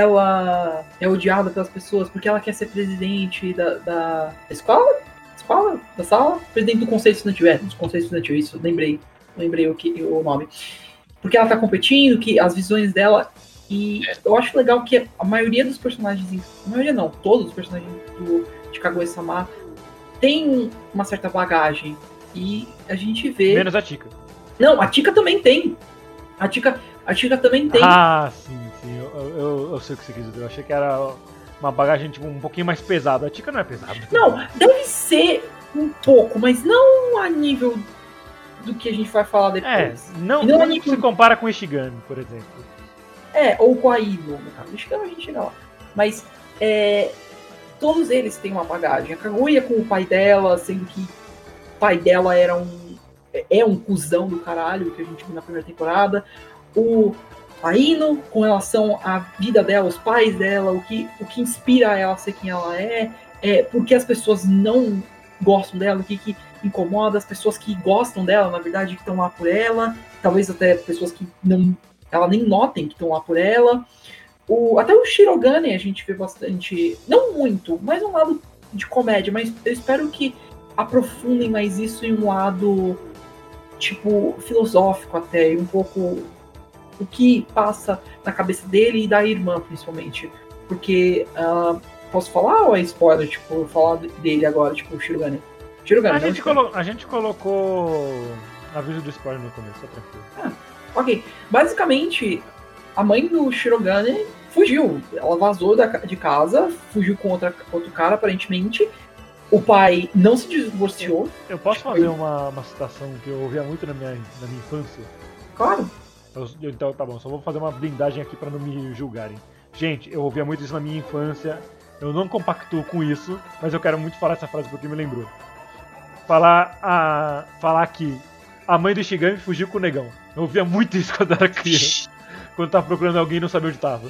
ela é odiada pelas pessoas, porque ela quer ser presidente da, da escola, escola, da sala, presidente do conselho estudantil, é, do conselho estudantil, isso, lembrei, lembrei o, que, o nome. Porque ela tá competindo, que as visões dela, e eu acho legal que a maioria dos personagens, a maioria não, todos os personagens do, de Kaguya-sama tem uma certa bagagem, e a gente vê... Menos a Chika. Não, a Chika também tem. A Chika, a Chika também tem. Ah, sim, sim, eu, eu, eu sei o que você quis dizer, eu achei que era uma bagagem tipo, um pouquinho mais pesada. A Chika não é pesada. Não, deve ser um pouco, mas não a nível do que a gente vai falar É, depois. não, E não não a nível- se compara com o Ishigami, por exemplo. É, ou com a Ino, no caso. Acho que a gente chega lá. Mas é, todos eles têm uma bagagem. A Kaguya com o pai dela, sendo que o pai dela era um. É um cuzão do caralho, que a gente viu na primeira temporada. O a Ino, com relação à vida dela, os pais dela, o que, o que inspira ela a ser quem ela é, é porque as pessoas não gostam dela, o que, que incomoda, as pessoas que gostam dela, na verdade, que estão lá por ela, talvez até pessoas que não, ela nem notem que estão lá por ela. O, até o Shirogane a gente vê bastante, não muito, mas um lado de comédia, mas eu espero que aprofundem mais isso em um lado tipo filosófico até, um pouco o que passa na cabeça dele e da irmã, principalmente. Porque, uh, posso falar ou é spoiler, tipo, falar dele agora, tipo, o Shirogane? Shirogane, A não, gente, Shirogane. colo- a gente colocou aviso do spoiler no começo, tá tranquilo. Ok, basicamente, a mãe do Shirogane fugiu. Ela vazou da, de casa, fugiu com outra, outro cara, aparentemente. O pai não se divorciou. Eu posso fazer uma, uma citação que eu ouvia muito na minha, na minha infância? Claro. Eu- eu- então tá bom, só vou fazer uma blindagem aqui pra não me julgarem. Gente, eu ouvia muito isso na minha infância, eu não compactuo com isso, mas eu quero muito falar essa frase porque me lembrou. Falar, a, falar que a mãe do Ishigami fugiu com o negão. Eu ouvia muito isso quando era criança. Quando tava procurando alguém e não sabia onde tava.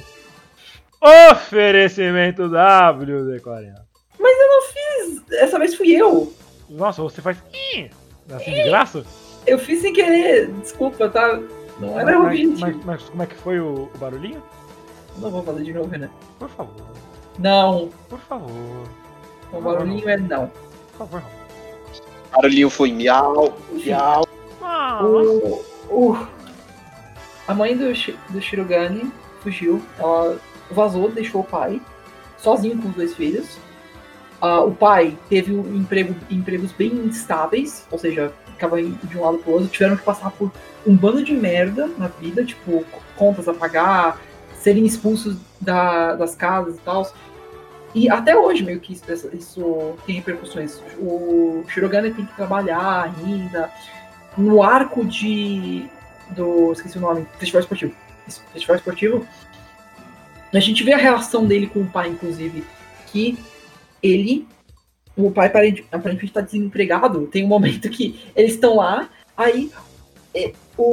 Oferecimento W D quarenta. Mas eu não fiz. Essa vez fui eu. Nossa, você faz "Ih", assim de graça? Eu fiz sem querer. Desculpa, tá? Não era o mas, objetivo. mas, mas como é que foi o, o barulhinho? Não vou fazer de novo, né? Por favor, Não. por favor, O barulhinho é não. por favor. não. O barulhinho foi miau, miau. Ah, O, o, a mãe do, Shi- do Shirogane fugiu. Ela vazou, deixou o pai sozinho com os dois filhos. Ah, o pai teve um emprego, empregos bem instáveis, ou seja, ficava de um lado pro outro. Tiveram que passar por um bando de merda na vida, tipo, contas a pagar, serem expulsos da, das casas e tal. E até hoje, meio que isso, isso tem repercussões. O Shirogane tem que trabalhar ainda. No arco de. do. Esqueci o nome. Festival Esportivo. Isso, Festival Esportivo. A gente vê a relação dele com o pai, inclusive. Que ele. O pai aparentemente está desempregado. Tem um momento que eles estão lá. Aí. é,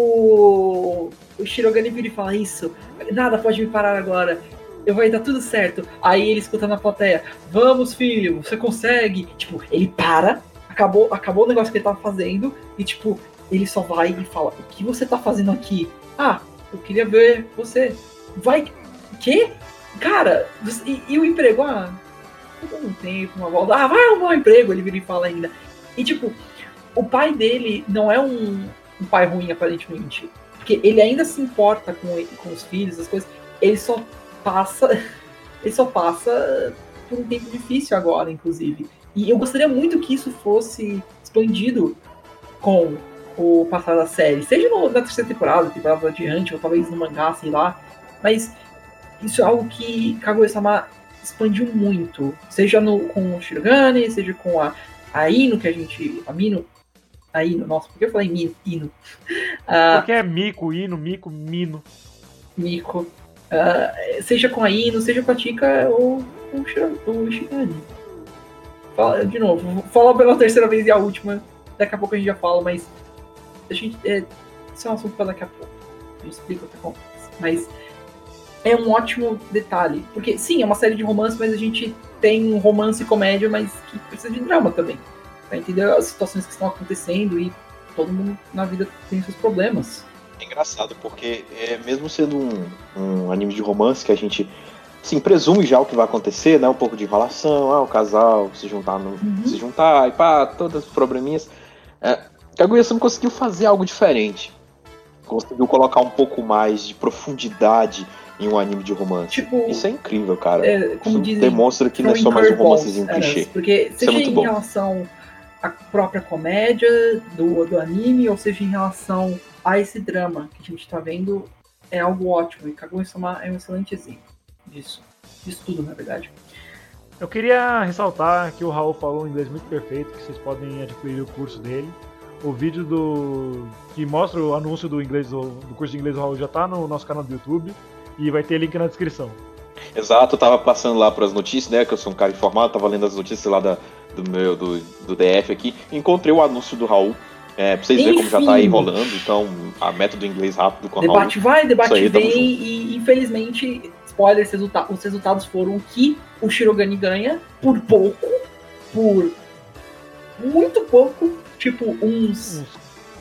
o. O Shirogane vira e fala isso. Nada pode me parar agora. Eu vai dar tudo certo. Aí ele escuta na plateia: Vamos, filho, você consegue. Tipo, ele para. Acabou, acabou o negócio que ele tava fazendo. E tipo, ele só vai e fala: O que você tá fazendo aqui? Ah, eu queria ver você. Vai. Quê? Cara, e, e o emprego? Ah, tô dando um tempo, uma volta. Ah, vai arrumar um emprego. Ele vira e fala ainda. E tipo, o pai dele não é um, um pai ruim, aparentemente. Porque ele ainda se importa com, ele, com os filhos, as coisas. Ele só passa. Ele só passa por um tempo difícil agora, inclusive. E eu gostaria muito que isso fosse expandido com o passar da série. Seja no, na terceira temporada, temporada adiante, ou talvez no mangá, sei lá. Mas isso é algo que Kaguya-sama expandiu muito. Seja no, com o Shirogane, seja com a, a Ino, que a gente... A Mino... A Ino, nossa, por que eu falei Mino? Ino? Uh, Porque é Mico, Ino, Mico, Mino. Mico. Uh, seja com a Ino, seja com a Tika ou com o Ishigami. Fala, de novo, vou falar pela terceira vez e a última. Daqui a pouco a gente já fala, mas a gente, é, isso é um assunto para daqui a pouco. A gente explica o que acontece. Mas é um ótimo detalhe. Porque, sim, é uma série de romance, mas a gente tem um romance e comédia, mas que precisa de drama também. Pra entender as situações que estão acontecendo e todo mundo na vida tem seus problemas. É engraçado, porque é, mesmo sendo um, um anime de romance que a gente sim, presume já o que vai acontecer, né? Um pouco de enrolação, ah, o casal se juntar, no, uhum. se juntar e pá, todas as probleminhas. É, Kaguya-sama conseguiu fazer algo diferente. Conseguiu colocar um pouco mais de profundidade em um anime de romance. Tipo, isso é incrível, cara. É, como isso dizem, demonstra que não é só mais um romancezinho clichê. Porque seja é muito em bom. relação à própria comédia do, do anime, ou seja em relação a esse drama que a gente tá vendo, é algo ótimo. E Kaguya-sama é um excelente exemplo disso. Disso tudo, na verdade. Eu queria ressaltar que o Raul falou um inglês muito perfeito, que vocês podem adquirir o curso dele. O vídeo do que mostra o anúncio do, inglês, do, do curso de inglês do Raul já tá no nosso canal do YouTube e vai ter link na descrição. Exato, eu tava passando lá para as notícias, né, que eu sou um cara informado, tava lendo as notícias lá da, do meu do, do D F aqui, encontrei o anúncio do Raul, é, pra vocês verem como já tá aí rolando, então a método inglês rápido com o Raul. Debate vai, debate aí, vem e infelizmente, spoilers, resulta- os resultados foram que o Shirogane ganha por pouco, por muito pouco, tipo uns... uns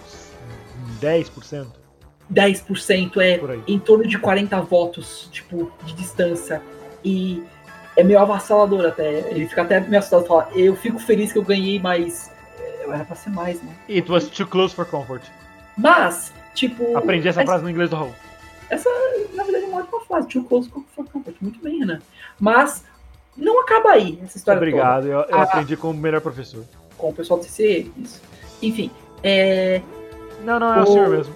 dez por cento. dez por cento é em torno de quarenta votos, tipo, de distância. E é meio avassalador até. Ele fica até meio assustado e fala, eu fico feliz que eu ganhei, mas eu era pra ser mais, né? It was too close for comfort. Mas, tipo... Aprendi essa, essa frase no inglês do Raul. Essa, na verdade, é uma ótima frase. Too close for comfort. Muito bem, Renan. Mas não acaba aí, essa história Obrigado, toda. eu, eu ah, aprendi como melhor professor. Com o pessoal do C C, isso. Enfim, é... Não, não, é o, o senhor mesmo.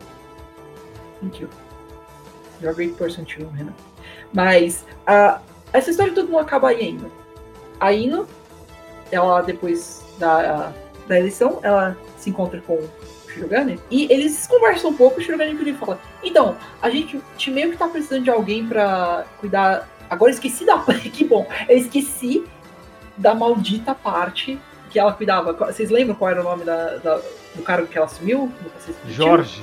Thank you. You're a great person too, Renan. Mas uh, essa história toda não acaba aí ainda. A Ino, ela depois da, da eleição, ela se encontra com o Shirogane e eles conversam um pouco. O Shirogane vira e fala: então, a gente meio que tá precisando de alguém pra cuidar. Agora eu esqueci da. Que bom! Eu esqueci da maldita parte que ela cuidava. Vocês lembram qual era o nome da, da, do cargo que ela assumiu? Jorge.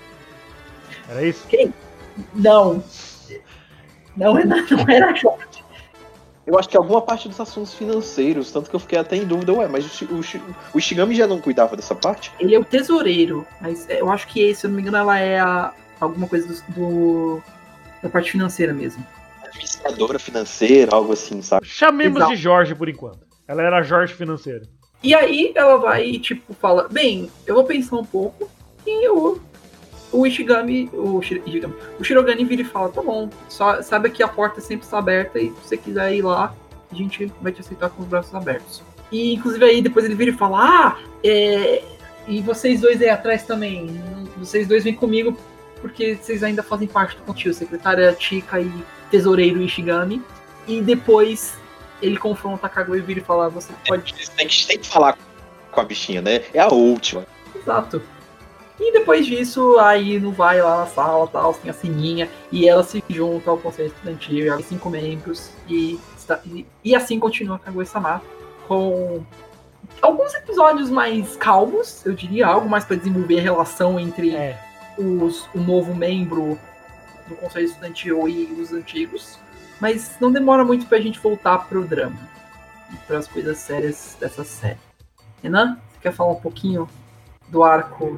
Era isso? Quem? Não. Não, não era Jorge. Eu acho que alguma parte dos assuntos financeiros, tanto que eu fiquei até em dúvida, ué, mas o, o, o Ishigami já não cuidava dessa parte? Ele é o tesoureiro, mas eu acho que, se eu não me engano, ela é a, alguma coisa do, do, da parte financeira mesmo. Administradora financeira, algo assim, sabe? Chamemos Exato. de Jorge por enquanto. Ela era a Jorge financeira. E aí ela vai e, tipo, fala, bem, eu vou pensar um pouco e o, o Ishigami, o, Ishigami, o Shirogane vira e fala, tá bom, só, sabe que a porta sempre está aberta e se você quiser ir lá, a gente vai te aceitar com os braços abertos. E, inclusive, aí depois ele vira e fala, ah, é, e vocês dois aí atrás também, vocês dois vêm comigo porque vocês ainda fazem parte do contínuo, secretária Tika e tesoureiro Ishigami. E depois ele confronta a Kaguya e vira e fala, você pode... Tem que, tem que falar com a bichinha, né? É a última. Exato. E depois disso, aí não vai lá na sala, tal, tem a sininha, e ela se junta ao conselho estudantil, joga cinco membros, e, e, e assim continua a Kaguya-sama, com alguns episódios mais calmos, eu diria, algo mais para desenvolver a relação entre é. os, o novo membro do conselho estudantil e os antigos, mas não demora muito pra gente voltar pro drama, para as coisas sérias dessa série. Renan, você quer falar um pouquinho do arco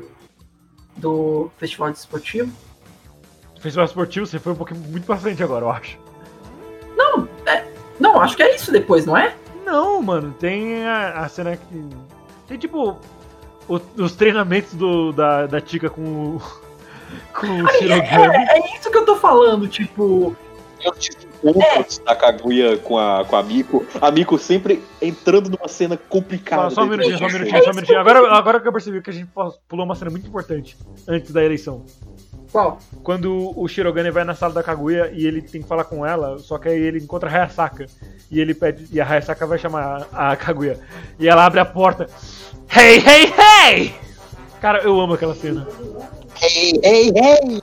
do Festival Desportivo? Festival Esportivo, você foi um pouquinho muito pra frente agora, eu acho. Não, é, não, acho que é isso depois, não é? Não, mano, tem a, a cena que... Tem tipo o, os treinamentos do, da, da Tika com o, com o Shirogane. É, é isso que eu tô falando, tipo... Eu tive pontos da Kaguya com a, com a Miko. A Miko sempre entrando numa cena complicada. Só, só um minutinho, só um minutinho, só um minutinho. Agora, agora que eu percebi que a gente pulou uma cena muito importante antes da eleição. Qual? Quando o Shirogane vai na sala da Kaguya e ele tem que falar com ela, só que aí ele encontra a Hayasaka. E ele pede. E a Hayasaka vai chamar a Kaguya. E ela abre a porta. Hey, hey, hey! Cara, eu amo aquela cena. Ei, ei, ei!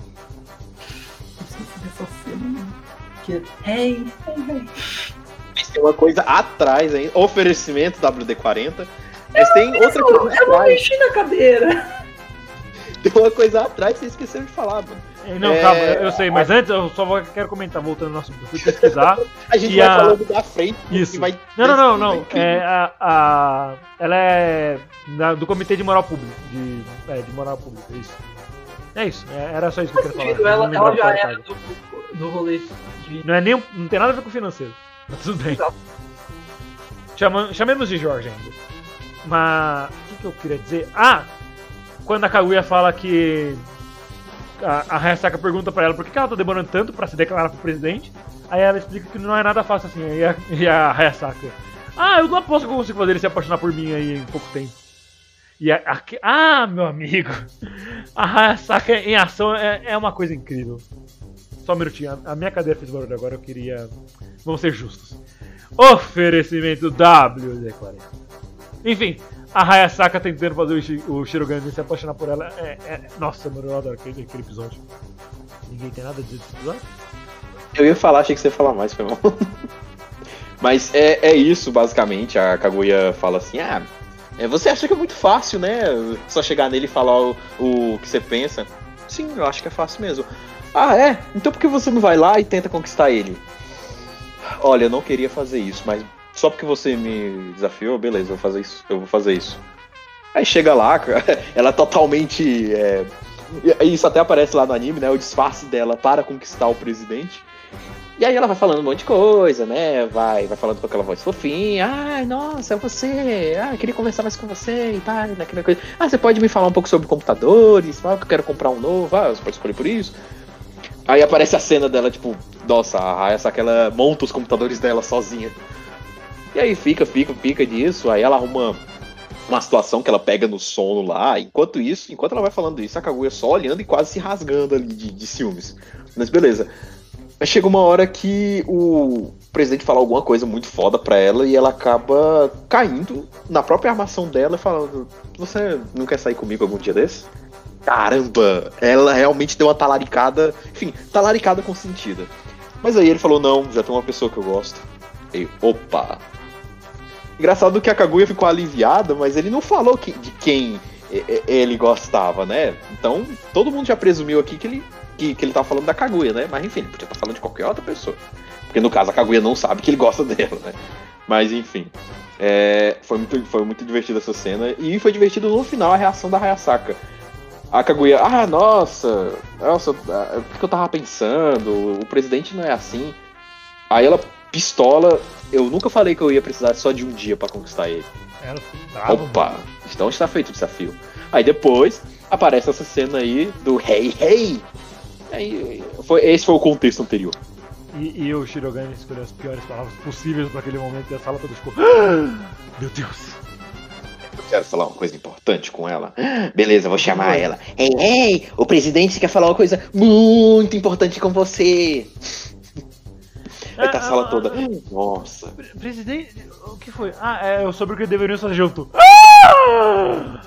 Essa cena que é hey, hey, hey. Mas tem uma coisa atrás ainda. Oferecimento W D quarenta. Mas tem outra coisa Eu vou atrás. mexer na cadeira. Tem uma coisa atrás que você esqueceu de falar, mano. Não, É, calma, eu sei, mas antes eu só vou, quero comentar, voltando ao nosso. Eu fui pesquisar. A gente E vai a- falando da frente. Isso. E vai... Não, não, não, não. vai- É, a, a- ela é da- do Comitê de Moral Pública. De, é, de Moral Pública, isso. É isso, é- era só isso que eu queria falar. Ela, Não ela lembrava já qual era era o cargo. do, do rolê de. Não, é nem, um- não tem nada a ver com o financeiro. Mas tudo bem. Exato. Chama, chamemos de Jorge ainda. Mas. O que, que eu queria dizer? Ah! Quando a Kaguya fala que. A, a Hayasaka pergunta pra ela por que, que ela tá demorando tanto pra se declarar pro presidente. Aí ela explica que não é nada fácil assim. Aí a, e a Hayasaka. Ah, eu não aposto que eu consigo fazer ele se apaixonar por mim aí em pouco tempo. E a, a- ah, meu amigo. A Hayasaka em ação é, é uma coisa incrível. Só um minutinho, a, a minha cadeira fez barulho agora, eu queria. Vamos ser justos. Oferecimento W D quarenta. Enfim, a Hayasaka tentando fazer o, Shi- o Shirogane se apaixonar por ela. É, é- nossa, mano, eu adoro aquele, aquele episódio. Ninguém tem nada a dizer desse episódio? Eu ia falar, achei que você ia falar mais, foi mal. Mas é, é isso, basicamente. A Kaguya fala assim: ah, é, você acha que é muito fácil, né? Só chegar nele e falar o, o que você pensa. Sim, eu acho que é fácil mesmo. Ah, é? Então por que você não vai lá e tenta conquistar ele? Olha, eu não queria fazer isso, mas só porque você me desafiou, beleza, eu vou fazer isso. Eu vou fazer isso. Aí chega lá, ela totalmente. É... Isso até aparece lá no anime, né? O disfarce dela para conquistar o presidente. E aí ela vai falando um monte de coisa, né? Vai, vai falando com aquela voz fofinha. Ai, nossa, é você. Ah, eu queria conversar mais com você e tal, naquela coisa. Ah, você pode me falar um pouco sobre computadores? Ah, que eu quero comprar um novo. Ah, você pode escolher por isso. Aí aparece a cena dela, tipo, nossa, a Hayasaka, ela monta os computadores dela sozinha. E aí fica, fica, fica disso. Aí ela arruma uma situação que ela pega no sono lá. Enquanto isso, enquanto ela vai falando isso, a Kaguya só olhando e quase se rasgando ali de, de ciúmes. Mas beleza. Mas chega uma hora que o presidente fala alguma coisa muito foda pra ela e ela acaba caindo na própria armação dela e falando: você não quer sair comigo algum dia desse? Caramba! Ela realmente deu uma talaricada. Enfim, talaricada consentida. Mas aí ele falou: não, já tem uma pessoa que eu gosto. E opa! Engraçado que a Kaguya ficou aliviada, mas ele não falou que, de quem ele gostava, né? Então todo mundo já presumiu aqui que ele. Que, que ele tava falando da Kaguya, né? Mas enfim, ele podia estar falando de qualquer outra pessoa. Porque no caso a Kaguya não sabe que ele gosta dela, né? Mas enfim. É, foi, muito, foi muito divertida essa cena. E foi divertido no final a reação da Hayasaka. A Kaguya, ah, nossa, nossa, o que eu tava pensando? O presidente não é assim. Aí ela, pistola, eu nunca falei que eu ia precisar só de um dia pra conquistar ele. Ela ficou brava, Opa, mano. então está feito o desafio. Aí depois aparece essa cena aí do hey, hey. Aí, foi, esse foi o contexto anterior. E, e o Shirogane escolheu as piores palavras possíveis para aquele momento e a sala toda ficou. "Ah, meu Deus! Eu quero falar uma coisa importante com ela. Beleza, vou chamar ela. Ei, ei, o presidente quer falar uma coisa muito importante com você. Aí tá a sala toda. Nossa. Pre- Presidente. O que foi? Ah, é sobre o que deveríamos fazer junto. Ah!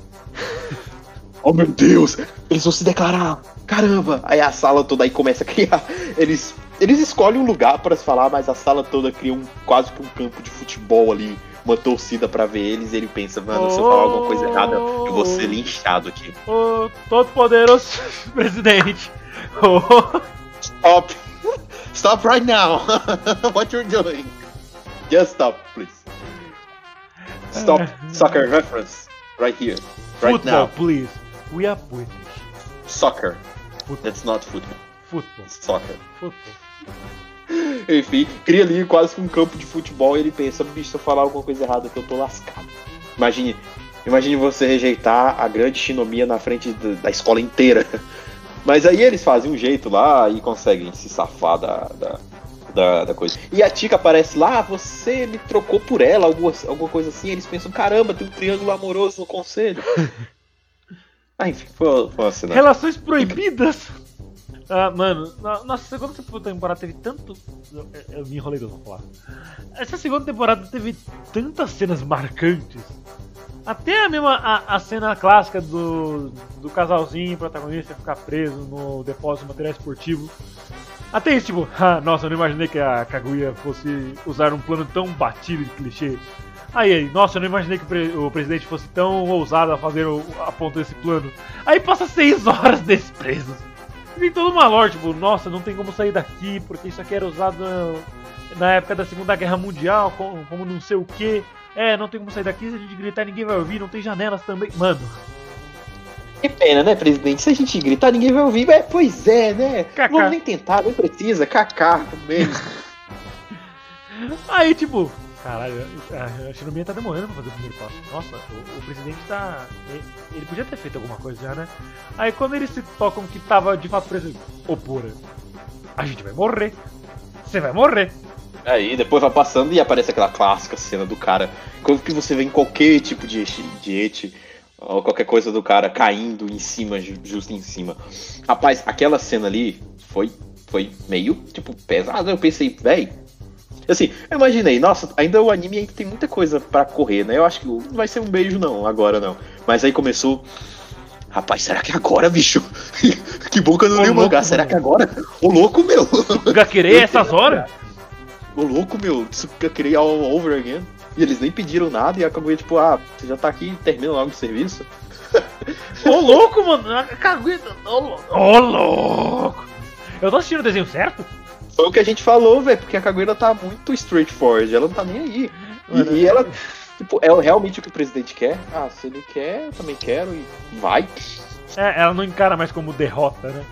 Oh meu Deus, eles vão se declarar. Caramba. Aí a sala toda aí começa a criar. Eles, eles escolhem um lugar pra se falar, mas a sala toda cria um, quase que um campo de futebol ali. Uma torcida pra ver eles. E ele pensa, mano, se eu falar alguma coisa errada, eu vou ser linchado aqui. O todo-poderoso presidente. Oh. Stop. Stop right now. What you're doing. Just stop, please. Stop soccer reference. Right here. Right Football, now. please. We are British. Soccer. Football. That's not football. Football. Soccer. Football. Enfim, cria ali quase que um campo de futebol e ele pensa, bicho, se eu falar alguma coisa errada que eu tô lascado. Imagine, imagine você rejeitar a grande Shinomiya na frente da, da escola inteira. Mas aí eles fazem um jeito lá e conseguem se safar da, da, da, da coisa. E a Tika aparece lá, você me trocou por ela, alguma, alguma coisa assim. Eles pensam, caramba, tem um triângulo amoroso no conselho. Ah, enfim, foi, foi uma cena. Relações proibidas. Ah, mano, na, na segunda temporada teve tanto. Eu, eu me enrolei que eu vou falar. Essa segunda temporada teve tantas cenas marcantes. Até a mesma a, a cena clássica do, do casalzinho protagonista ficar preso no depósito de material esportivo. Até isso, tipo, ah, nossa, eu não imaginei que a Kaguya fosse usar um plano tão batido de clichê. Aí, aí, nossa, eu não imaginei que o, pre- o presidente fosse tão ousado a fazer o, a ponta desse plano. Aí passa seis horas desses presos. E tem toda uma lore, tipo, nossa, não tem como sair daqui, porque isso aqui era usado na, na época da Segunda Guerra Mundial, como, como não sei o que. É, não tem como sair daqui, se a gente gritar ninguém vai ouvir, não tem janelas também. Mano. Que pena, né, presidente? Se a gente gritar, ninguém vai ouvir. É, pois é, né? Cacá. Vamos nem tentar, nem precisa. Kaká mesmo. Aí, tipo, caralho, a Shinomiya tá demorando pra fazer o primeiro passo. Nossa, o, o presidente tá. Ele, ele podia ter feito alguma coisa já, né? Aí quando eles se tocam que tava de fato preso, ô pura, a gente vai morrer. Você vai morrer. Aí depois vai passando e aparece aquela clássica cena do cara. Coisa que você vê em qualquer tipo de ete, ou qualquer coisa do cara caindo em cima, justo em cima. Rapaz, aquela cena ali foi, foi meio, tipo, pesada. Eu pensei, véi. Assim, eu imaginei, nossa, ainda o anime ainda tem muita coisa pra correr, né? Eu acho que não vai ser um beijo, não, agora não. Mas aí começou. Rapaz, será que agora, bicho? Que bom que eu não li o mangá. Será que agora? Ô louco, meu! Gakurei essas horas? Ô louco, meu, Gakurei all over again. E eles nem pediram nada e a Kaguya, tipo, ah, você já tá aqui, termina logo o serviço. Ô louco, mano! A Kaguya. Ô louco! Eu tô assistindo o desenho certo? Foi o que a gente falou, velho, porque a Kaguya tá muito straightforward, ela não tá nem aí. E, e ela, tipo, é realmente o que o presidente quer. Ah, se ele quer, eu também quero e vai. É, ela não encara mais como derrota, né?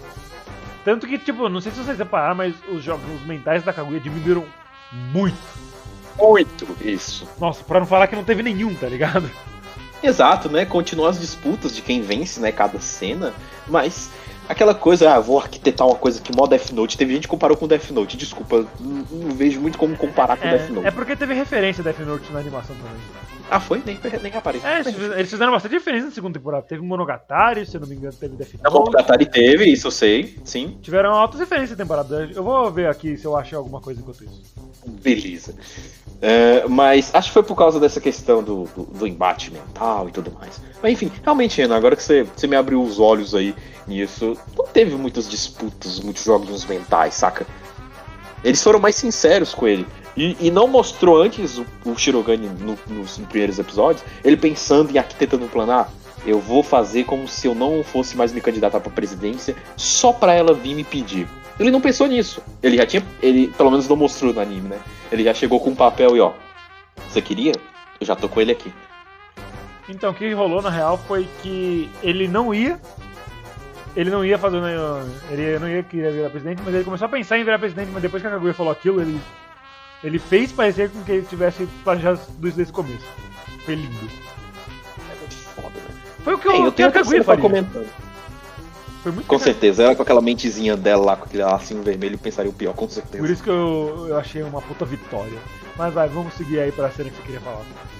Tanto que, tipo, não sei se vocês repararam, mas os jogos mentais da Kaguya diminuíram muito. Muito, isso. Nossa, pra não falar que não teve nenhum, tá ligado? Exato, né? Continuam as disputas de quem vence, né? Cada cena, mas aquela coisa, ah, vou arquitetar uma coisa que mó Death Note. Teve gente que comparou com Death Note, desculpa, não, não vejo muito como comparar com É, Death Note. é porque teve referência Death Note na animação também. Ah, foi? Nem, nem reparei. É, eles fizeram bastante diferença na segunda temporada. Teve Monogatari, se eu não me engano, teve Death A Note. Monogatari teve, isso eu sei, sim. Tiveram altas referências na temporada. Eu vou ver aqui se eu achei alguma coisa enquanto isso. Beleza. É, mas acho que foi por causa dessa questão do, do, do embate mental e tudo mais. Mas enfim, realmente, Renan, agora que você, você me abriu os olhos aí nisso, não teve muitas disputas, muitos jogos mentais, saca? Eles foram mais sinceros com ele. E, e não mostrou antes o, o Shirogane no, nos primeiros episódios, ele pensando em arquitetando um plano, ah, eu vou fazer como se eu não fosse mais me candidatar pra presidência, só pra ela vir me pedir. Ele não pensou nisso. Ele já tinha, ele pelo menos não mostrou no anime, né? Ele já chegou com um papel e ó, você queria? Eu já tô com ele aqui. Então, o que rolou na real foi que ele não ia. Ele não ia fazer. Ele não ia querer virar presidente, mas ele começou a pensar em virar presidente, mas depois que a Kaguya falou aquilo, ele. Ele fez parecer com que ele tivesse planejado isso desde o começo. Foi lindo. É muito foda, né? Foi o que eu, Ei, eu que tenho a Kaguya pra faria. comentando. Foi muito Com que- certeza, ela com aquela mentezinha dela lá, com aquele lacinho vermelho, pensaria o pior, com certeza. Por isso que eu, eu achei uma puta vitória. Mas vai, vamos seguir aí pra cena que você queria falar.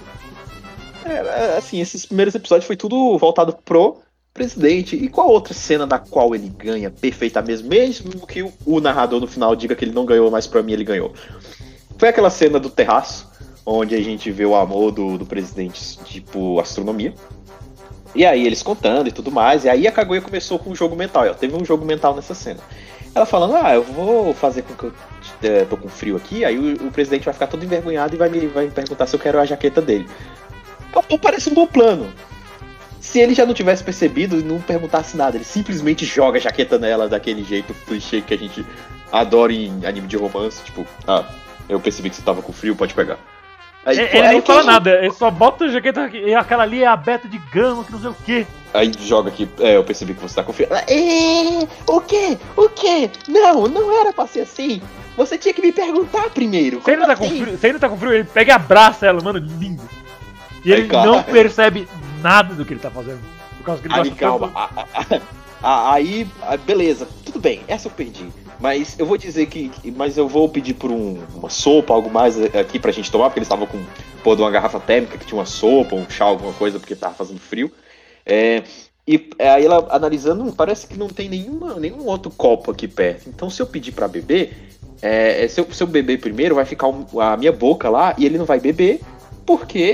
É, assim, esses primeiros episódios foi tudo voltado pro presidente. E qual outra cena da qual ele ganha perfeitamente, mesmo que o, o narrador no final diga que ele não ganhou, mas pra mim ele ganhou? Foi aquela cena do terraço, onde a gente vê o amor do, do presidente, tipo, astronomia. E aí eles contando e tudo mais, e aí a Kaguya começou com um jogo mental, ela teve um jogo mental nessa cena. Ela falando, ah, eu vou fazer com que eu é, tô com frio aqui, aí o, o presidente vai ficar todo envergonhado e vai me, vai me perguntar se eu quero a jaqueta dele. Pô, parece um bom plano. Se ele já não tivesse percebido e não perguntasse nada, ele simplesmente joga a jaqueta nela daquele jeito clichê que a gente adora em anime de romance, tipo, ah, eu percebi que você tava com frio, pode pegar. Aí, Ele, pô, ele aí nem que- fala nada, ele só bota a jaqueta e aquela ali é a beta de gama, que não sei o que. Aí joga aqui, é, eu percebi que você tá com frio. Ah, é, o quê? O quê? Não, não era pra ser assim. Você tinha que me perguntar primeiro. Se ele, Como tá com assim? frio, se ele tá com frio, ele pega e abraça ela, mano, lindo. E Aí, ele cara. não percebe nada do que ele tá fazendo. Por causa que ele Aí, gosta calma. tanto- A- a- a- Aí, a- beleza, tudo bem, essa eu perdi. Mas eu vou dizer que. que- Mas eu vou pedir por um- uma sopa, algo mais aqui pra gente tomar, porque eles estavam com pô, de uma garrafa térmica que tinha uma sopa, um chá, alguma coisa, porque tava fazendo frio. É, e aí ela analisando, hum, parece que não tem nenhuma, nenhum outro copo aqui perto. Então se eu pedir pra beber, é, se, eu, se eu beber primeiro, vai ficar um- a minha boca lá e ele não vai beber, porque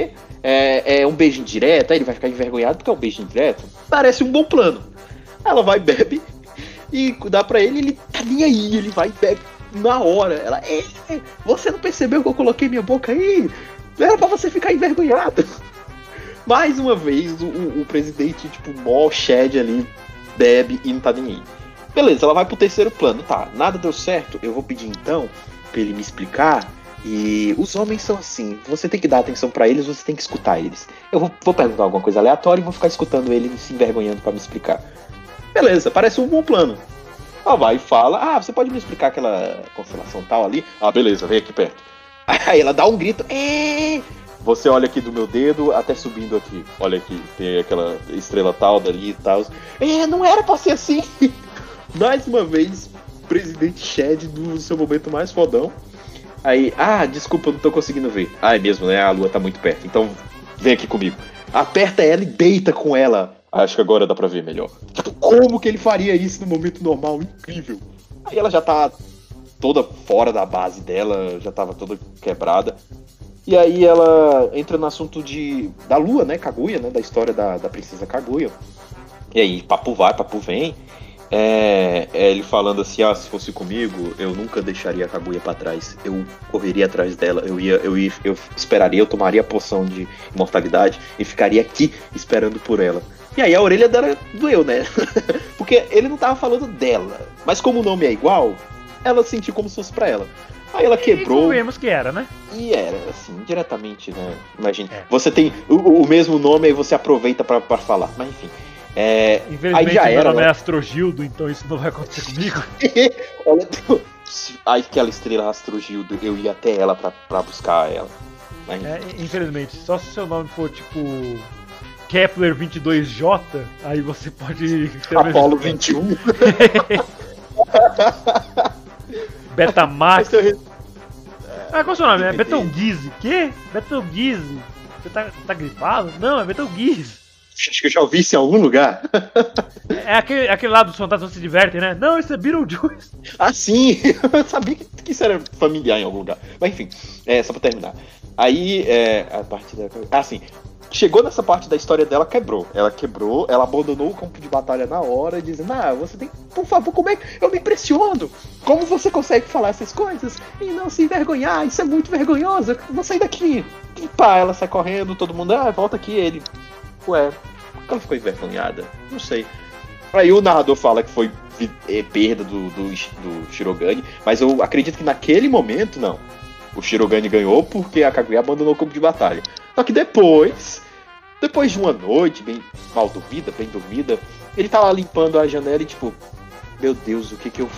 é, é um beijo indireto, aí ele vai ficar envergonhado porque é um beijo indireto. Parece um bom plano. Ela vai, bebe e dá pra ele, ele tá nem aí, ele vai e bebe na hora. Ela, ei, você não percebeu que eu coloquei minha boca aí? Era pra você ficar envergonhado. Mais uma vez, o, o presidente, tipo, mó shed ali, bebe e não tá nem aí. Beleza, ela vai pro terceiro plano, tá, nada deu certo, eu vou pedir então pra ele me explicar. E os homens são assim, você tem que dar atenção pra eles, você tem que escutar eles. Eu vou, vou perguntar alguma coisa aleatória e vou ficar escutando ele se envergonhando pra me explicar. Beleza, parece um bom plano. Ela vai e fala, ah, você pode me explicar aquela constelação tal ali? Ah, beleza, vem aqui perto. Aí ela dá um grito, é... Você olha aqui do meu dedo até subindo aqui. Olha aqui, tem aquela estrela tal dali e tal. É, não era pra ser assim. Mais uma vez, presidente Shed no seu momento mais fodão. Aí, ah, desculpa, eu não tô conseguindo ver. Ah, é mesmo, né? A lua tá muito perto. Então, vem aqui comigo. Aperta ela e deita com ela. Acho que agora dá pra ver melhor. Como que ele faria isso no momento normal? Incrível. Aí ela já tá toda fora da base dela, já tava toda quebrada. E aí ela entra no assunto de da lua, né? Kaguya, né? Da história da, da princesa Kaguya. E aí, papo vai, papo vem. É, é ele falando assim, ah, se fosse comigo, eu nunca deixaria a Kaguya pra trás. Eu correria atrás dela, eu ia, eu ia, eu esperaria, eu tomaria a poção de imortalidade e ficaria aqui esperando por ela. E aí a orelha dela doeu, né? Porque ele não tava falando dela. Mas como o nome é igual, ela sentiu como se fosse pra ela. Aí ela quebrou. E vemos que era, né? E era, assim, diretamente, né? Imagina. É. Você tem o, o mesmo nome e você aproveita pra, pra falar. Mas enfim. É, Infelizmente, aí já meu era, nome né? é Astrogildo, então isso não vai acontecer comigo. Olha, aí aquela estrela Astrogildo, eu ia até ela pra, pra buscar ela. Mas, É, infelizmente, só se seu nome for tipo Kepler vinte e dois J, aí você pode. Apolo vinte e um. Betamax. Mas, Ah, qual é o seu nome? É Betelgeuse. Quê? Betelgeuse? Você tá, tá gripado? Não, é Betelgeuse. Acho que eu já ouvi isso em algum lugar. É aquele, aquele lá dos fantasmas se divertem, né? Não, isso é Beetlejuice. Ah, sim! Eu sabia que, que isso era familiar em algum lugar. Mas enfim, é, só pra terminar. Aí, é, a parte da... Ah, sim. Chegou nessa parte da história dela, quebrou. Ela quebrou, ela abandonou o campo de batalha na hora, dizendo, ah, você tem... Por favor, como é que... Eu me impressiono! Como você consegue falar essas coisas e não se envergonhar? Isso é muito vergonhoso! Eu vou sair daqui! E pá, ela sai correndo, todo mundo, ah, volta aqui, ele... Ué, por que ela ficou envergonhada? Não sei. Aí o narrador fala que foi é, perda do, do, do Shirogane, mas eu acredito que naquele momento, não. O Shirogane ganhou porque a Kaguya abandonou o campo de batalha. Só que depois, depois de uma noite bem mal dormida, bem dormida, ele tá lá limpando a janela e tipo, meu Deus, o que que eu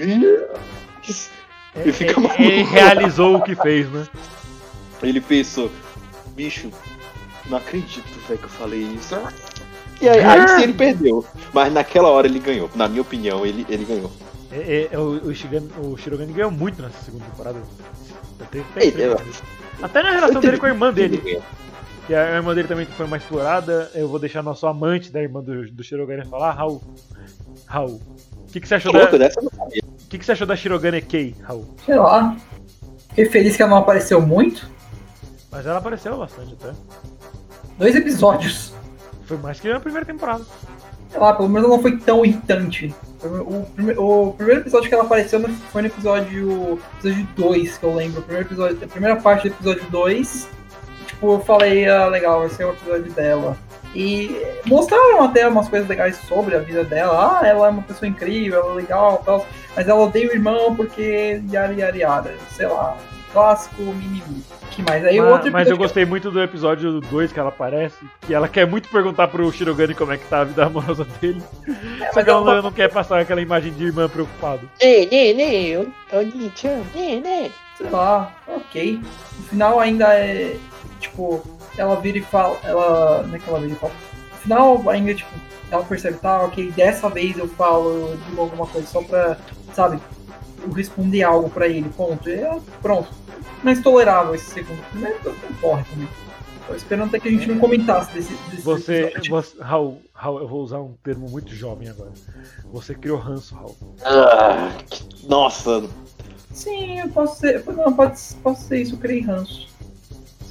fiz? Ele fica maluco. Ele realizou o que fez, né? Ele pensou, bicho, não acredito, velho, que eu falei isso. E aí, aí sim ele perdeu. Mas naquela hora ele ganhou. Na minha opinião, ele, ele ganhou. É, é, o, o, Shigami, o Shirogane ganhou muito nessa segunda temporada. Até, Ele, eu, até na relação dele com a irmã dele. ele Que a irmã dele também foi mais explorada. Eu vou deixar nosso amante da irmã do, do Shirogane falar. Raul. Raul. O que, que você achou da. O que, que você achou da Shirogane Kei, Raul? Sei lá. Fiquei feliz que ela não apareceu muito. Mas ela apareceu bastante até. Dois episódios. Foi mais que na primeira temporada. Sei lá, pelo menos não foi tão irritante. O, prime- o primeiro episódio que ela apareceu foi no episódio episódio dois, que eu lembro. O primeiro episódio, a primeira parte do episódio dois. Tipo, eu falei, ah, legal, vai ser o episódio dela. E mostraram até umas coisas legais sobre a vida dela. Ah, ela é uma pessoa incrível, ela é legal e tal. Mas ela odeia o irmão porque yara yara yara. Sei lá, clássico mimimi. Que mais? Aí, mas, o outro mas eu episódio gostei muito do episódio dois que ela aparece, que ela quer muito perguntar pro Shirogane como é que tá a vida amorosa dele. É, Só mas que ela ela- não, não quer passar aquela imagem de irmã preocupada. Né, né, né, Oni-chan, né, né. sei lá, ok. No final ainda é, tipo, ela vira e fala, ela, não é que ela vira e fala, no final ainda, tipo, ela percebe, tá, ok, dessa vez eu falo, eu digo alguma coisa só pra, sabe, eu responder algo pra ele, ponto. E é, pronto. Mais tolerável esse segundo. Primeiro, não corre também. Tô esperando até que a gente não comentasse desse, desse Você, episódio. você Raul, Raul, eu vou usar um termo muito jovem agora. Você criou ranço, Raul. Ah, que- nossa, Sim, eu posso ser, não, pode, posso ser isso, eu criei ranço.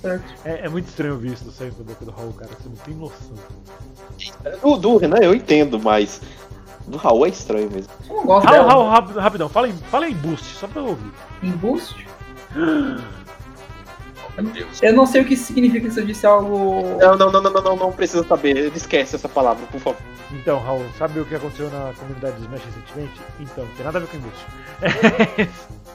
certo. É, é muito estranho ouvir isso saindo da boca do Raul, cara. Você não tem noção. Do, do Renan eu entendo, mas do Raul é estranho mesmo. Eu não gosto Raul, dela. Raul, rápido, rapidão. Fala em, fala em boost, só pra eu ouvir. Em boost? Meu Deus. Eu não sei o que isso significa se eu disse algo... Não, não, não, não, não, não, não precisa saber. Esquece essa palavra, por favor. Então, Raul, sabe o que aconteceu na comunidade dos Smash recentemente? Então, não tem nada a ver com boost.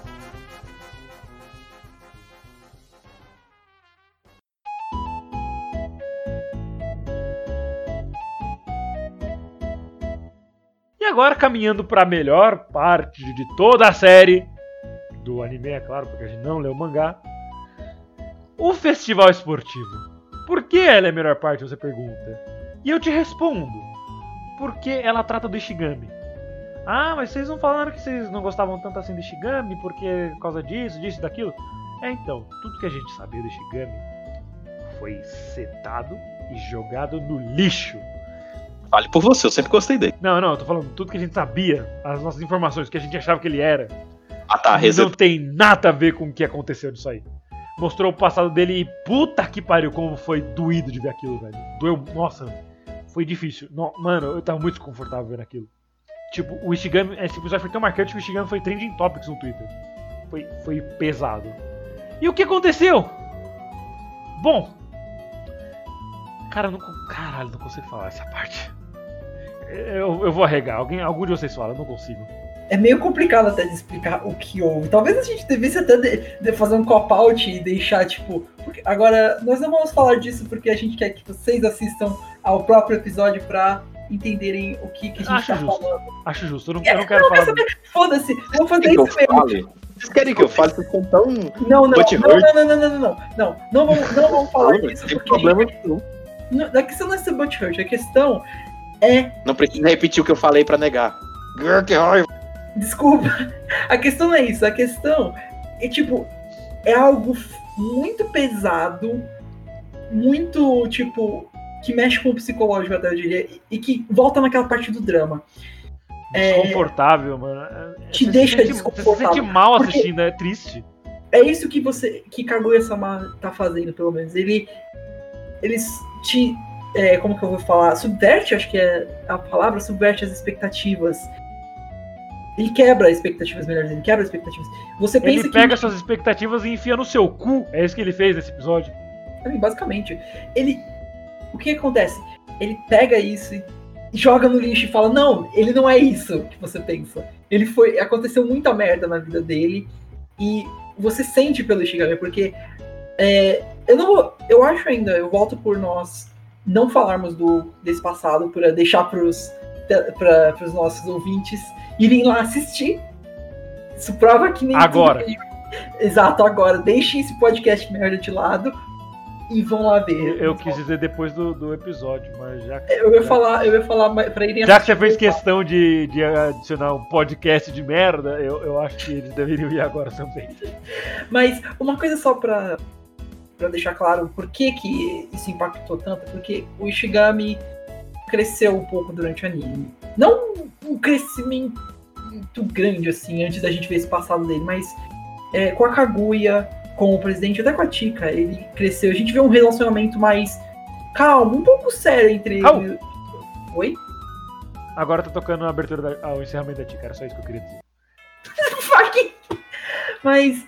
E agora, caminhando para a melhor parte de toda a série, do anime, é claro, porque a gente não leu o mangá, o festival esportivo. Por que ela é a melhor parte, você pergunta? E eu te respondo, porque ela trata do Ishigami. Ah, mas vocês não falaram que vocês não gostavam tanto assim do Ishigami, porque por causa disso, disso, daquilo? É, então, tudo que a gente sabia do Ishigami foi setado e jogado no lixo. Fale por você, eu sempre gostei dele. Não, não, eu tô falando tudo que a gente sabia, as nossas informações, o que a gente achava que ele era. Ah tá, Não reset... tem nada a ver com o que aconteceu disso aí. Mostrou o passado dele e puta que pariu, como foi doído de ver aquilo, velho. Doeu, nossa, foi difícil. No, mano, eu tava muito desconfortável vendo aquilo. Tipo, o Ishigami, esse episódio foi tão marcante que o Ishigami foi trending topics no Twitter. Foi, foi pesado. E o que aconteceu? Bom, cara, eu não, caralho, não consigo falar essa parte. Eu, eu vou arregar, alguém, algum de vocês fala, eu não consigo. É meio complicado até de explicar o que houve. Talvez a gente devesse até de, de fazer um cop-out e deixar, tipo... Porque, agora, nós não vamos falar disso porque a gente quer que vocês assistam ao próprio episódio pra entenderem o que, que a gente Acho tá justo. falando. Acho justo, eu não, É, eu não quero eu falar... saber. Foda-se, vamos fazer Querem que isso eu mesmo. fale? Vocês querem que eu fale? Vocês são tão... Não, não, Butthurt. não, não, não, não, não, não, não, não, vamos, não vamos falar Não, disso. tem Porque problema nenhum. não, a questão não é ser butthurt, a questão é... Não precisa repetir o que eu falei pra negar. Grr, que raiva. Desculpa, a questão não é isso, a questão é tipo, é algo muito pesado, muito, tipo, que mexe com o psicológico até eu diria, e que volta naquela parte do drama. Desconfortável, é... mano. Te você deixa se sente, desconfortável. Você se sente mal Porque... assistindo, é triste. É isso que você, que Kaguya-sama tá fazendo, pelo menos. Ele, eles te, é, como que eu vou falar? Subverte, acho que é a palavra, subverte as expectativas. Ele quebra expectativas, melhor dizendo, quebra expectativas. Você pensa Ele que... pega suas expectativas e enfia no seu cu. É isso que ele fez nesse episódio. Basicamente. Ele... O que acontece? Ele pega isso e joga no lixo e fala, não, ele não é isso que você pensa. Ele foi... Aconteceu muita merda na vida dele e você sente pelo Ishigami, porque é, eu não vou... Eu acho ainda, eu volto por nós não falarmos do, desse passado, para deixar pros, pra, pros nossos ouvintes irem lá assistir. Isso prova que nem... Agora. Tudo... Exato, agora. Deixem esse podcast merda de lado e vão lá ver. Eu, eu quis dizer depois do, do episódio, mas já que... Eu ia falar, eu ia falar pra irem Já que você fez eu questão de, de adicionar um podcast de merda, eu, eu acho que eles deveriam ir agora também. Mas uma coisa só pra, pra deixar claro por que, que isso impactou tanto, porque o Ishigami cresceu um pouco durante o anime. Não um crescimento muito grande, assim, antes da gente ver esse passado dele, mas é, com a Kaguya, com o presidente, até com a Chika, ele cresceu. A gente vê um relacionamento mais calmo, um pouco sério entre Raul. ele. Oi? Agora tá tocando a abertura, da, ah, o encerramento da Tica, era só isso que eu queria dizer. Fuck! Mas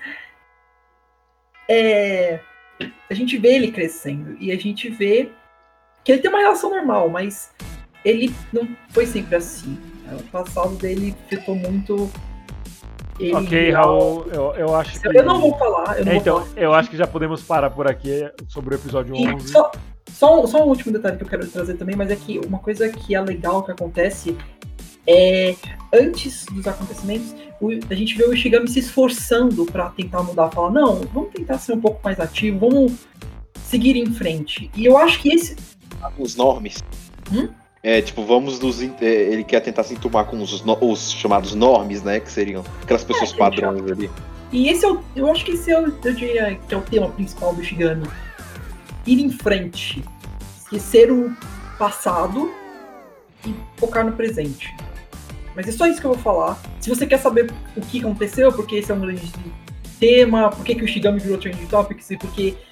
é, a gente vê ele crescendo e a gente vê que ele tem uma relação normal, mas ele não foi sempre assim. O passado dele afetou muito ele. Ok, Raul, eu, eu acho que... Eu não vou falar. Eu não É, vou então, falar. eu acho que já podemos parar por aqui sobre o episódio E onze. só, só, só um último detalhe que eu quero trazer também, mas é que uma coisa que é legal que acontece é, antes dos acontecimentos, o, a gente vê o Ishigami se esforçando pra tentar mudar, falar, não, vamos tentar ser um pouco mais ativo, vamos seguir em frente. E eu acho que esse... Os normes. Hum? É, tipo, vamos nos... é, ele quer tentar se enturmar com os, no- os chamados normes, né? Que seriam aquelas pessoas É, padrões ali. E esse é o, eu acho que esse é o, eu diria que é o tema principal do Ishigami. Ir em frente. Esquecer o passado e focar no presente. Mas é só isso que eu vou falar. Se você quer saber o que aconteceu, porque esse é um grande tema, por que que o Ishigami virou Trending Topics e porque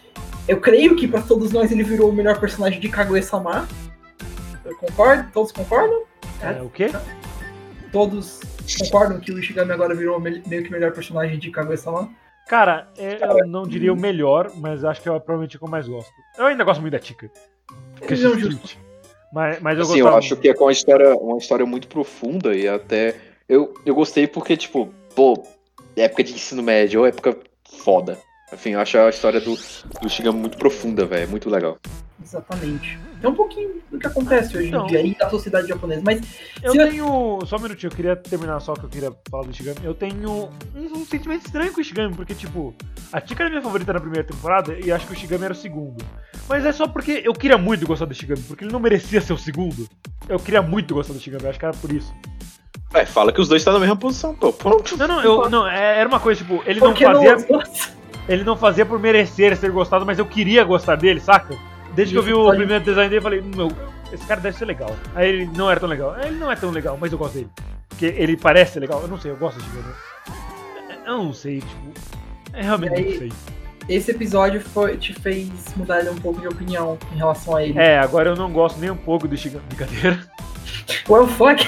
Eu creio que pra todos nós ele virou o melhor personagem de Kaguya-sama. Eu concordo? Todos concordam? É, o quê? Todos concordam que o Ishigami agora virou meio que o melhor personagem de Kaguya-sama? Cara, eu não diria o melhor, mas acho que é provavelmente o que eu mais gosto. Eu ainda gosto muito da Tika. Não, justo. Mas, mas eu assim, gostava... eu acho que é com uma história, uma história muito profunda e até... Eu, eu gostei porque, tipo, pô, época de ensino médio, época foda. Enfim, eu acho a história do, do Ishigami muito profunda, velho, muito legal. Exatamente. É um pouquinho do que acontece hoje então, em dia aí da sociedade japonesa, mas... Eu se tenho... Só um minutinho, eu queria terminar só que eu queria falar do Ishigami. Eu tenho um, um sentimento estranho com o Ishigami, porque, tipo, a Tika era minha favorita na primeira temporada e acho que o Ishigami era o segundo. Mas é só porque eu queria muito gostar do Ishigami, porque ele não merecia ser o segundo. Eu queria muito gostar do Ishigami, acho que era por isso. É, fala que os dois estão na mesma posição, pô. Pronto. Não, não, eu, não, era uma coisa, tipo, ele Por não que fazia... Não... Ele não fazia por merecer ser gostado, mas eu queria gostar dele, saca? Desde que eu vi o primeiro design dele, eu falei, meu, esse cara deve ser legal. Aí ele não era tão legal. Ele não é tão legal, mas eu gosto dele. Porque ele parece ser legal. Eu não sei, eu gosto de ver, né? Eu não sei, tipo... Eu realmente aí, não sei. Esse episódio foi, te fez mudar um pouco de opinião em relação a ele. É, agora eu não gosto nem um pouco do Ishigami. Brincadeira. Well, fuck!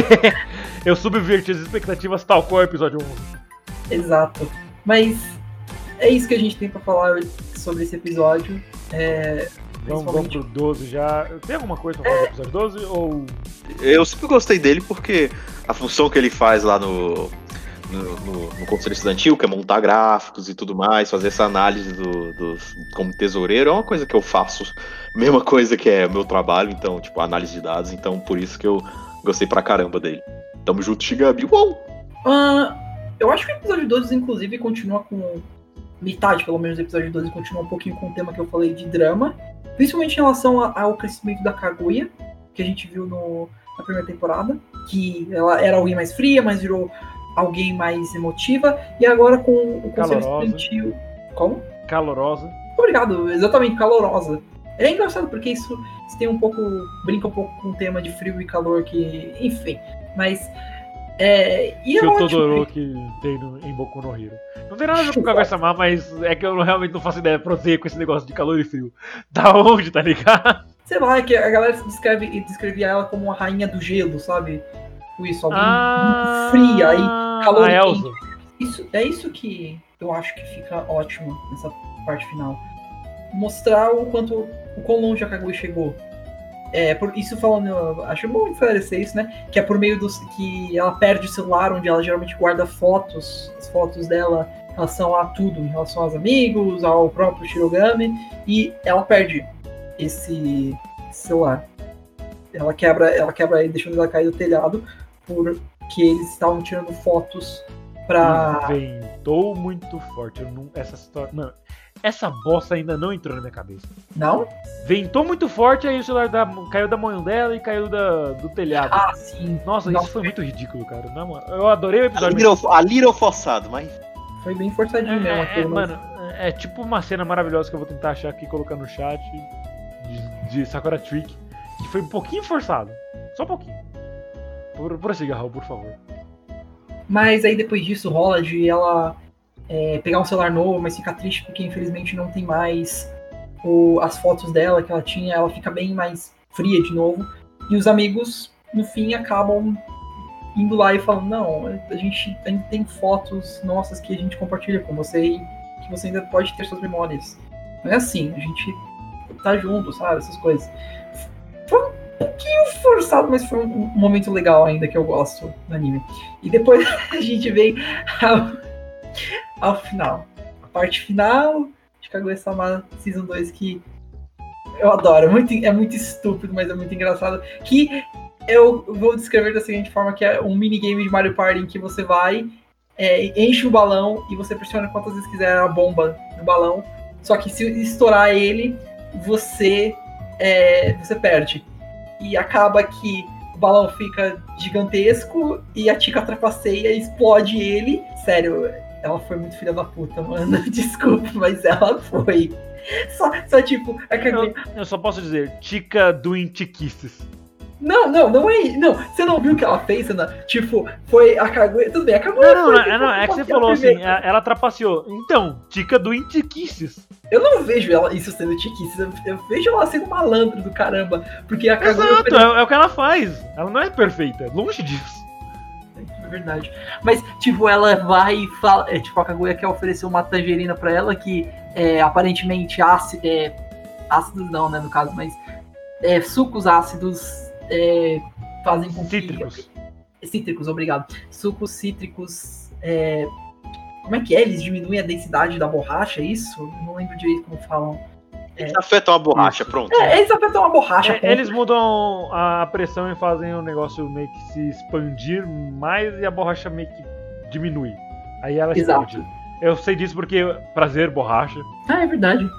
Eu subverti as expectativas tal qual é o episódio onze. Exato. Mas é isso que a gente tem pra falar sobre esse episódio. É... Vamos, vamos pro doze já. Tem alguma coisa pra falar do episódio doze? Ou... Eu sempre gostei dele porque a função que ele faz lá no, no, no, no Conselho Estudantil, que é montar gráficos e tudo mais, fazer essa análise do, do, como tesoureiro, é uma coisa que eu faço. Mesma coisa que é meu trabalho, então, tipo, análise de dados. Então, por isso que eu gostei pra caramba dele. Tamo junto, Shigami. Uou! Uh, eu acho que o episódio doze, inclusive, continua com... Metade, pelo menos, do episódio doze continua um pouquinho com o tema que eu falei de drama. Principalmente em relação ao crescimento da Kaguya, que a gente viu no, na primeira temporada. Que ela era alguém mais fria, mas virou alguém mais emotiva. E agora com o Conselho Estudantil... Como? Calorosa. Obrigado, exatamente, calorosa. É engraçado porque isso, isso tem um pouco... Brinca um pouco com o tema de frio e calor que... Enfim, mas... É, e que é o ótimo, Todoroki tem no, em Boku no Hero. Não tem nada a ver com o Kaguya-sama, mas é que eu realmente não faço ideia pra você com esse negócio de calor e frio. Da onde, tá ligado? Sei lá, é que a galera descreve, descrevia ela como uma rainha do gelo, sabe? Com isso, alguém ah, muito fria, aí calor a Elsa. Isso, é isso que eu acho que fica ótimo nessa parte final. Mostrar o quanto, o quão longe a Kaguya chegou. É, por isso falando, acho bom esclarecer isso, né? Que é por meio dos que ela perde o celular, onde ela geralmente guarda fotos, as fotos dela em relação a tudo, em relação aos amigos, ao próprio Shirogami, e ela perde esse celular. Ela quebra, ela quebra ele, deixando ela cair do telhado, porque eles estavam tirando fotos pra. Ventou muito forte. Eu não, essa história. Mano, essa bosta ainda não entrou na minha cabeça. Não? Ventou muito forte, aí o celular da, caiu da mão dela e caiu da, do telhado. Ah, sim. Nossa, Nossa, isso foi muito ridículo, cara. Não, mano, eu adorei o episódio. A little, a little forçado, mas... Foi bem forçadinho É, mesmo. é, Aquilo, mas... mano, é tipo uma cena maravilhosa que eu vou tentar achar aqui e colocar no chat de, de Sakura Trick, que foi um pouquinho forçado. Só um pouquinho. Por, prossiga, Raul, por favor. Mas aí depois disso rola de ela é, pegar um celular novo, mas ficar triste porque infelizmente não tem mais o, as fotos dela que ela tinha, ela fica bem mais fria de novo. E os amigos, no fim, acabam indo lá e falando, não, a gente ainda tem fotos nossas que a gente compartilha com você e que você ainda pode ter suas memórias. Não é assim, a gente tá junto, sabe, essas coisas. Foi um pouquinho forçado, mas foi um, um momento legal ainda que eu gosto do anime. E depois a gente vem ao, ao final. A parte final de Kaguya-sama Season dois, que eu adoro. É muito, é muito estúpido, mas é muito engraçado. Que eu vou descrever da seguinte forma, que é um minigame de Mario Party em que você vai, é, enche o balão e você pressiona quantas vezes quiser a bomba no balão. Só que se estourar ele, você, é, você perde. E acaba que o balão fica gigantesco e a Tika trapaceia e explode ele. Sério, ela foi muito filha da puta, mano. Desculpa, mas ela foi. Só, só tipo... A Kaguya... eu, eu só posso dizer, Tika doing tiquices. Não, não, não é. Não, você não viu o que ela fez, Ana? Tipo, foi a Kaguya. Tudo bem, a Kaguya. Não, não, não, é, não, é que você falou assim, a- ela trapaceou. Então, Tika do Intiquices. Eu não vejo ela isso sendo tiquice, eu, eu vejo ela sendo malandro do caramba. Porque a Kaguya. Exato, é, é o que ela faz. Ela não é perfeita, longe disso. É verdade. Mas, tipo, ela vai e fala. É, tipo, a Kaguya quer oferecer uma tangerina pra ela que é aparentemente ácido. É, ácidos não, né, no caso, mas. É, sucos ácidos é, fazem com que. Cítricos. Cítricos, obrigado. Sucos cítricos. É, como é que é? Eles diminuem a densidade da borracha, é isso? Eu não lembro direito como falam. Eles afetam a borracha, pronto. É, eles afetam uma borracha. É, eles mudam a pressão e fazem o negócio meio que se expandir mais e a borracha meio que diminui. Aí ela Exato. explode. Eu sei disso porque prazer, borracha. Ah, é verdade.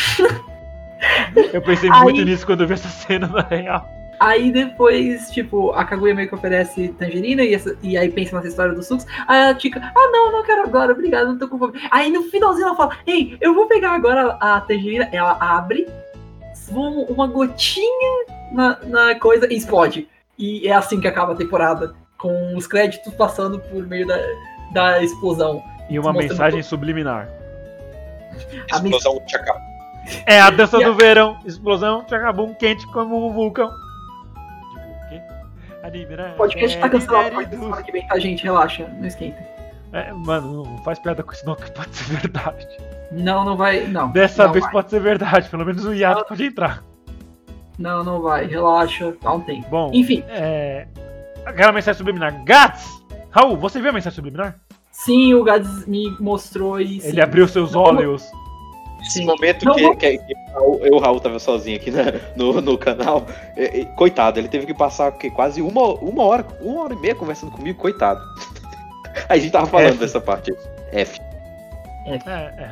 Eu pensei Aí- muito nisso quando eu vi essa cena na real. Aí depois, tipo, a Kaguya meio que oferece tangerina e, essa- e aí pensa nessa história dos sucos. Aí a Tika, ah não, não quero agora, obrigado, não tô com fome. Aí no finalzinho ela fala, ei, eu vou pegar agora a tangerina. Ela abre, voa uma gotinha na, na coisa e explode. E é assim que acaba a temporada, com os créditos passando por meio da, da explosão. E uma Mostrando mensagem subliminar. A mens- Explosão de chacal. É a dança E a- do verão, explosão, tchacabum, quente como um vulcão. Tipo, o quê? Adibira- O podcast tá cancelado, é, porque semana que vem tá, gente, relaxa, não esquenta. é, mano, não faz piada com isso não, que pode ser verdade. Não, não vai, não. Dessa não vez vai. pode ser verdade, pelo menos o hiato pode entrar. Não, não vai, relaxa, dá um tempo. Bom, Enfim, é... aquela mensagem subliminar. Gats! Raul, você viu a mensagem subliminar? sim, o Gads me mostrou e... sim. Ele abriu seus olhos. Nesse Sim. momento Não, que, não. que- que eu e o Raul tava sozinho aqui na- no, no canal, é, é, coitado, ele teve que passar o quê? Quase uma, uma hora, uma hora e meia conversando comigo, coitado. A gente tava falando F. dessa parte. F. É, é.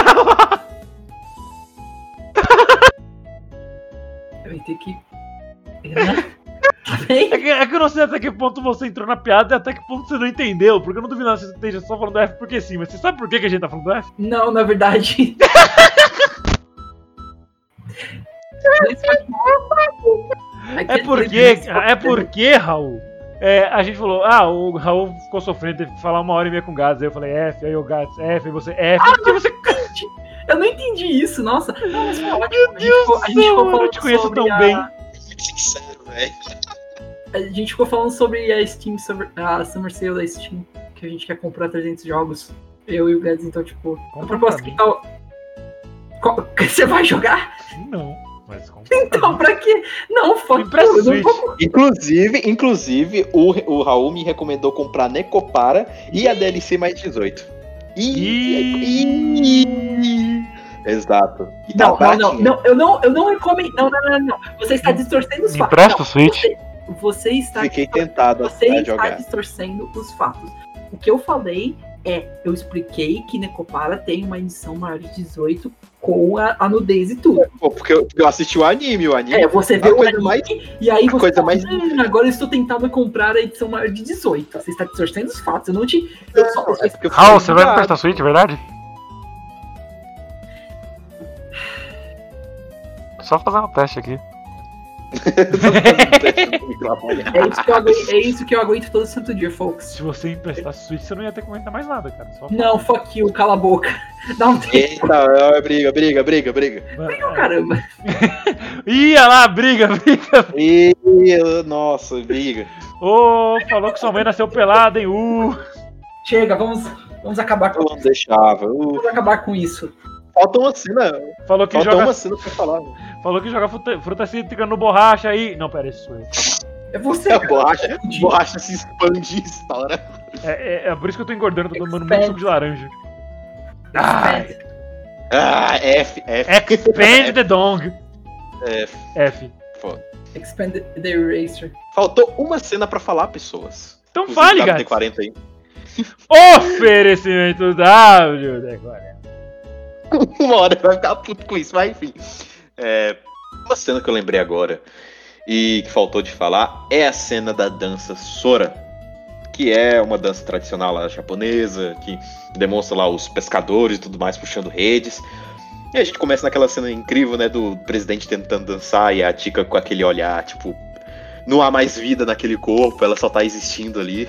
Eu ia ter que... Tá bem? É que, é que eu não sei até que ponto você entrou na piada e até que ponto você não entendeu. Porque eu não duvido nada que você esteja só falando do F porque sim. Mas você sabe por que que a gente tá falando do F? Não, na verdade... É porque, é porque, Raul, é, a gente falou, ah, o Raul ficou sofrendo, teve que falar uma hora e meia com o Gats. Aí eu falei F, aí o Gats, F, aí você F. Aí você... Eu não entendi isso, nossa. Não, mas foi ótimo. Meu A gente Deus ficou- a do gente céu, ficou eu não falando te conheço sobre tão a- bem. Muito sincero, velho. A gente ficou falando sobre a Steam, sobre a Summer Sale da Steam, que a gente quer comprar trezentos jogos. Eu e o Gads, então, tipo, a Compra proposta pra que mim. tal. Qual- Você vai jogar? Não, mas como? Então, pra quê? Não, fuck Me empresta you, eu não Switch. vou- Inclusive, inclusive o, o Raul me recomendou comprar Necopara e a D L C mais dezoito. Ih, ih, Exato. E tá Não, não, não, baratinho. não, eu não, eu não recomendo. Não, não, não, não. Você está distorcendo os Me fatos. empresta Não, o Switch. Você, você está, Fiquei tentado você a está jogar. distorcendo os fatos. O que eu falei é, eu expliquei que Necopara tem uma edição maior de dezoito com a, a nudez e tudo. Pô, porque eu, porque eu assisti o anime, o anime. É, você a vê o coisa anime mais- e aí a você coisa fala, mais- "Hum, agora eu estou tentando comprar a edição maior de dezoito. Você está distorcendo os fatos. Eu não te. Eu só, eu só- É porque eu Raul, fiquei você vai me ligado. emprestar a Switch, verdade? Só fazer um teste aqui. é, isso que eu aguento, é isso que eu aguento todo santo dia, folks. Se você emprestasse Switch, você não ia ter que comentar mais nada, cara. Só... Não, fuck you, cala a boca. Dá um tempo, Eita, é, briga, briga, briga, briga. caramba. Ia lá, briga, briga. E, nossa, briga. Ô, falou que sua mãe nasceu pelada, hein? Uh. Chega, vamos, vamos acabar com Eu não deixava. Uh, vamos acabar com isso. falta uma cena. Falou que Falta joga, uma cena pra falar. falou que joga fruta, fruta cítrica no borracha aí. Não, pera, isso sou eu. É você. A borracha, cara. borracha se expande e estoura. É, é, é por isso que eu tô engordando, tô tomando muito Expand. suco de laranja. Expand. Ah, F, F. Expand the dong. F. F. Expand the eraser. Faltou uma cena pra falar, pessoas. Então Inclusive, fale, W gato. D quarenta aí. Oferecimento W D quarenta. Uma hora vai ficar puto com isso, mas enfim. É, uma cena que eu lembrei agora e que faltou de falar é a cena da dança Sora, que é uma dança tradicional lá japonesa, que demonstra lá os pescadores e tudo mais puxando redes. E a gente começa naquela cena incrível, né, do presidente tentando dançar e a Tika com aquele olhar, tipo, não há mais vida naquele corpo, ela só tá existindo ali.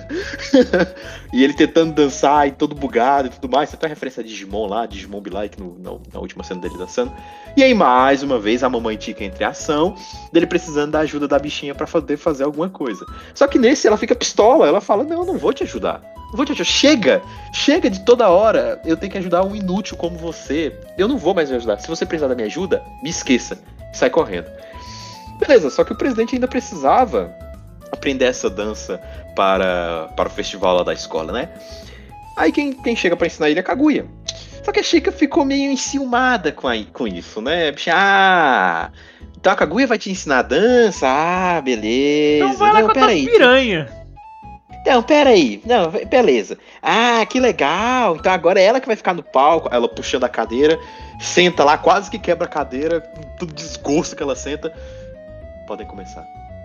E ele tentando dançar e todo bugado e tudo mais. Você tem a referência a Digimon lá, Digimon Be Like, no, no, na última cena dele dançando. E aí, mais uma vez, a mamãe Tika entra em ação, dele precisando da ajuda da bichinha pra poder fazer alguma coisa. Só que nesse ela fica pistola, ela fala, não, não vou te ajudar. Não vou te ajudar. Chega! Chega de toda hora eu tenho que ajudar um inútil como você. Eu não vou mais me ajudar. Se você precisar da minha ajuda, me esqueça. Sai correndo. Beleza, só que o presidente ainda precisava aprender essa dança para, para o festival lá da escola, né? Aí quem, quem chega pra ensinar ele é a Kaguya. Só que a Chika ficou meio enciumada com, a, com isso, né? Ah, então a Kaguya vai te ensinar a dança? Ah, beleza. Então vai lá não, com a tua piranha. Não, peraí. Não, beleza. Ah, que legal. Então agora é ela que vai ficar no palco. Ela puxando a cadeira, senta lá, quase que quebra a cadeira, com todo desgosto que ela senta. Podem começar.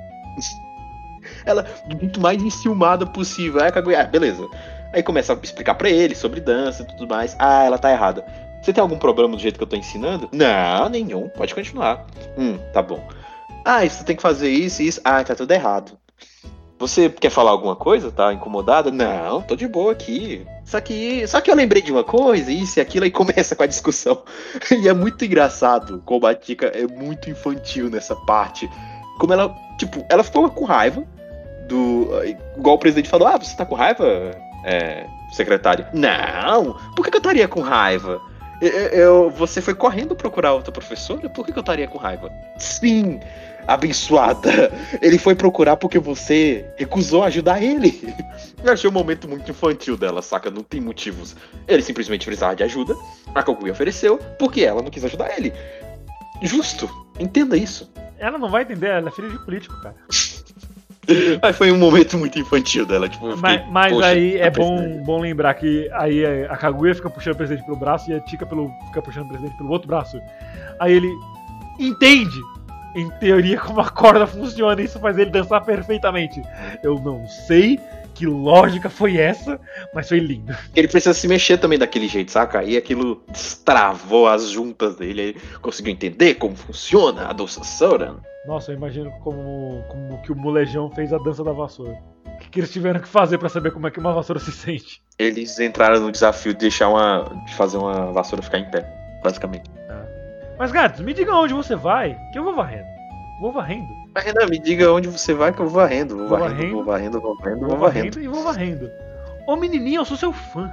Ela, muito mais enciumada possível. Aí a Kaguya, ah, beleza. Aí começa a explicar pra ele sobre dança e tudo mais. Ah, ela tá errada. Você tem algum problema do jeito que eu tô ensinando? Não, nenhum. Pode continuar. Hum, tá bom. Ah, você tem que fazer isso e isso. Ah, tá tudo errado. Você quer falar alguma coisa? Tá incomodada? Não, tô de boa aqui. Só que, só que eu lembrei de uma coisa, isso e aquilo, aí começa com a discussão. E é muito engraçado como a Tika é muito infantil nessa parte. Como ela, tipo, ela ficou com raiva do... Igual o presidente falou, ah, você tá com raiva, é, secretário? Não, por que, que eu estaria com raiva? Eu, eu, você foi correndo procurar outra professora? Por que, que eu estaria com raiva? Sim, abençoada. Ele foi procurar porque você recusou ajudar ele. Eu achei um momento muito infantil dela, saca? Não tem motivos. Ele simplesmente precisava de ajuda. A Kaguya ofereceu porque ela não quis ajudar ele. Justo. Entenda isso. Ela não vai entender, ela é filha de político, cara. Mas foi um momento muito infantil dela. Tipo, eu fiquei, mas mas poxa, aí é tá bom, bom lembrar que aí a Kaguya fica puxando o presidente pelo braço e a Tika pelo, fica puxando o presidente pelo outro braço. Aí ele entende, em teoria, como a corda funciona e isso faz ele dançar perfeitamente. Eu não sei que lógica foi essa, mas foi lindo. Ele precisa se mexer também daquele jeito, saca? Aí aquilo destravou as juntas dele, ele conseguiu entender como funciona a dança Soran. Nossa, eu imagino como, como que o molejão fez a dança da vassoura. O que, que eles tiveram que fazer pra saber como é que uma vassoura se sente? Eles entraram no desafio de deixar uma. de fazer uma vassoura ficar em pé, basicamente. Ah. Mas, gatos, me diga onde você vai, que eu vou varrendo. Vou varrendo. Mas, Renan, me diga onde você vai que eu vou varrendo. Vou, Vou varrendo, varrendo, vou varrendo, vou varrendo, Vou vou varrendo. varrendo e vou varrendo. Ô menininho, eu sou seu fã.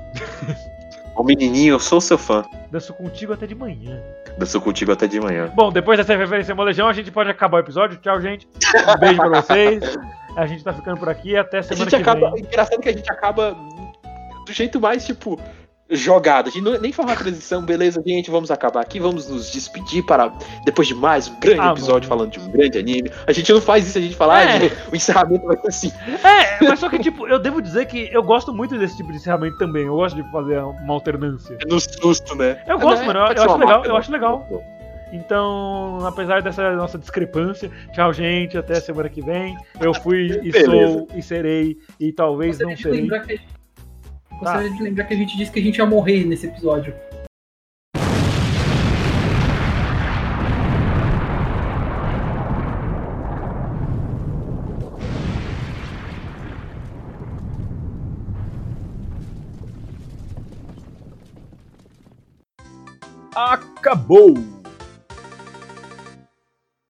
Ô menininho, eu sou seu fã. Danço contigo até de manhã. Danço contigo até de manhã. Bom, depois dessa referência ao molejão, a gente pode acabar o episódio. Tchau, gente. Um beijo pra vocês. A gente tá ficando por aqui. Até A semana gente que acaba. vem. Engraçado que a gente acaba do jeito mais, tipo, jogado. A gente não, nem faz uma transição, beleza, gente, vamos acabar aqui, vamos nos despedir para, depois de mais um grande Ah, episódio mano. falando de um grande anime. A gente não faz isso, a gente fala, É. ah, tipo, o encerramento vai ser assim. É, mas só que, tipo, eu devo dizer que eu gosto muito desse tipo de encerramento também. Eu gosto de fazer uma alternância. No susto, né? Eu gosto, Não, mano. é, Eu, pode eu ser acho uma legal, marca, eu né? acho legal. Então, apesar dessa nossa discrepância, tchau, gente. Até semana que vem. Eu fui e Beleza. sou e serei e talvez Gostaria não de serei. lembrar que, Tá. gostaria de lembrar que a gente disse que a gente ia morrer nesse episódio. Acabou!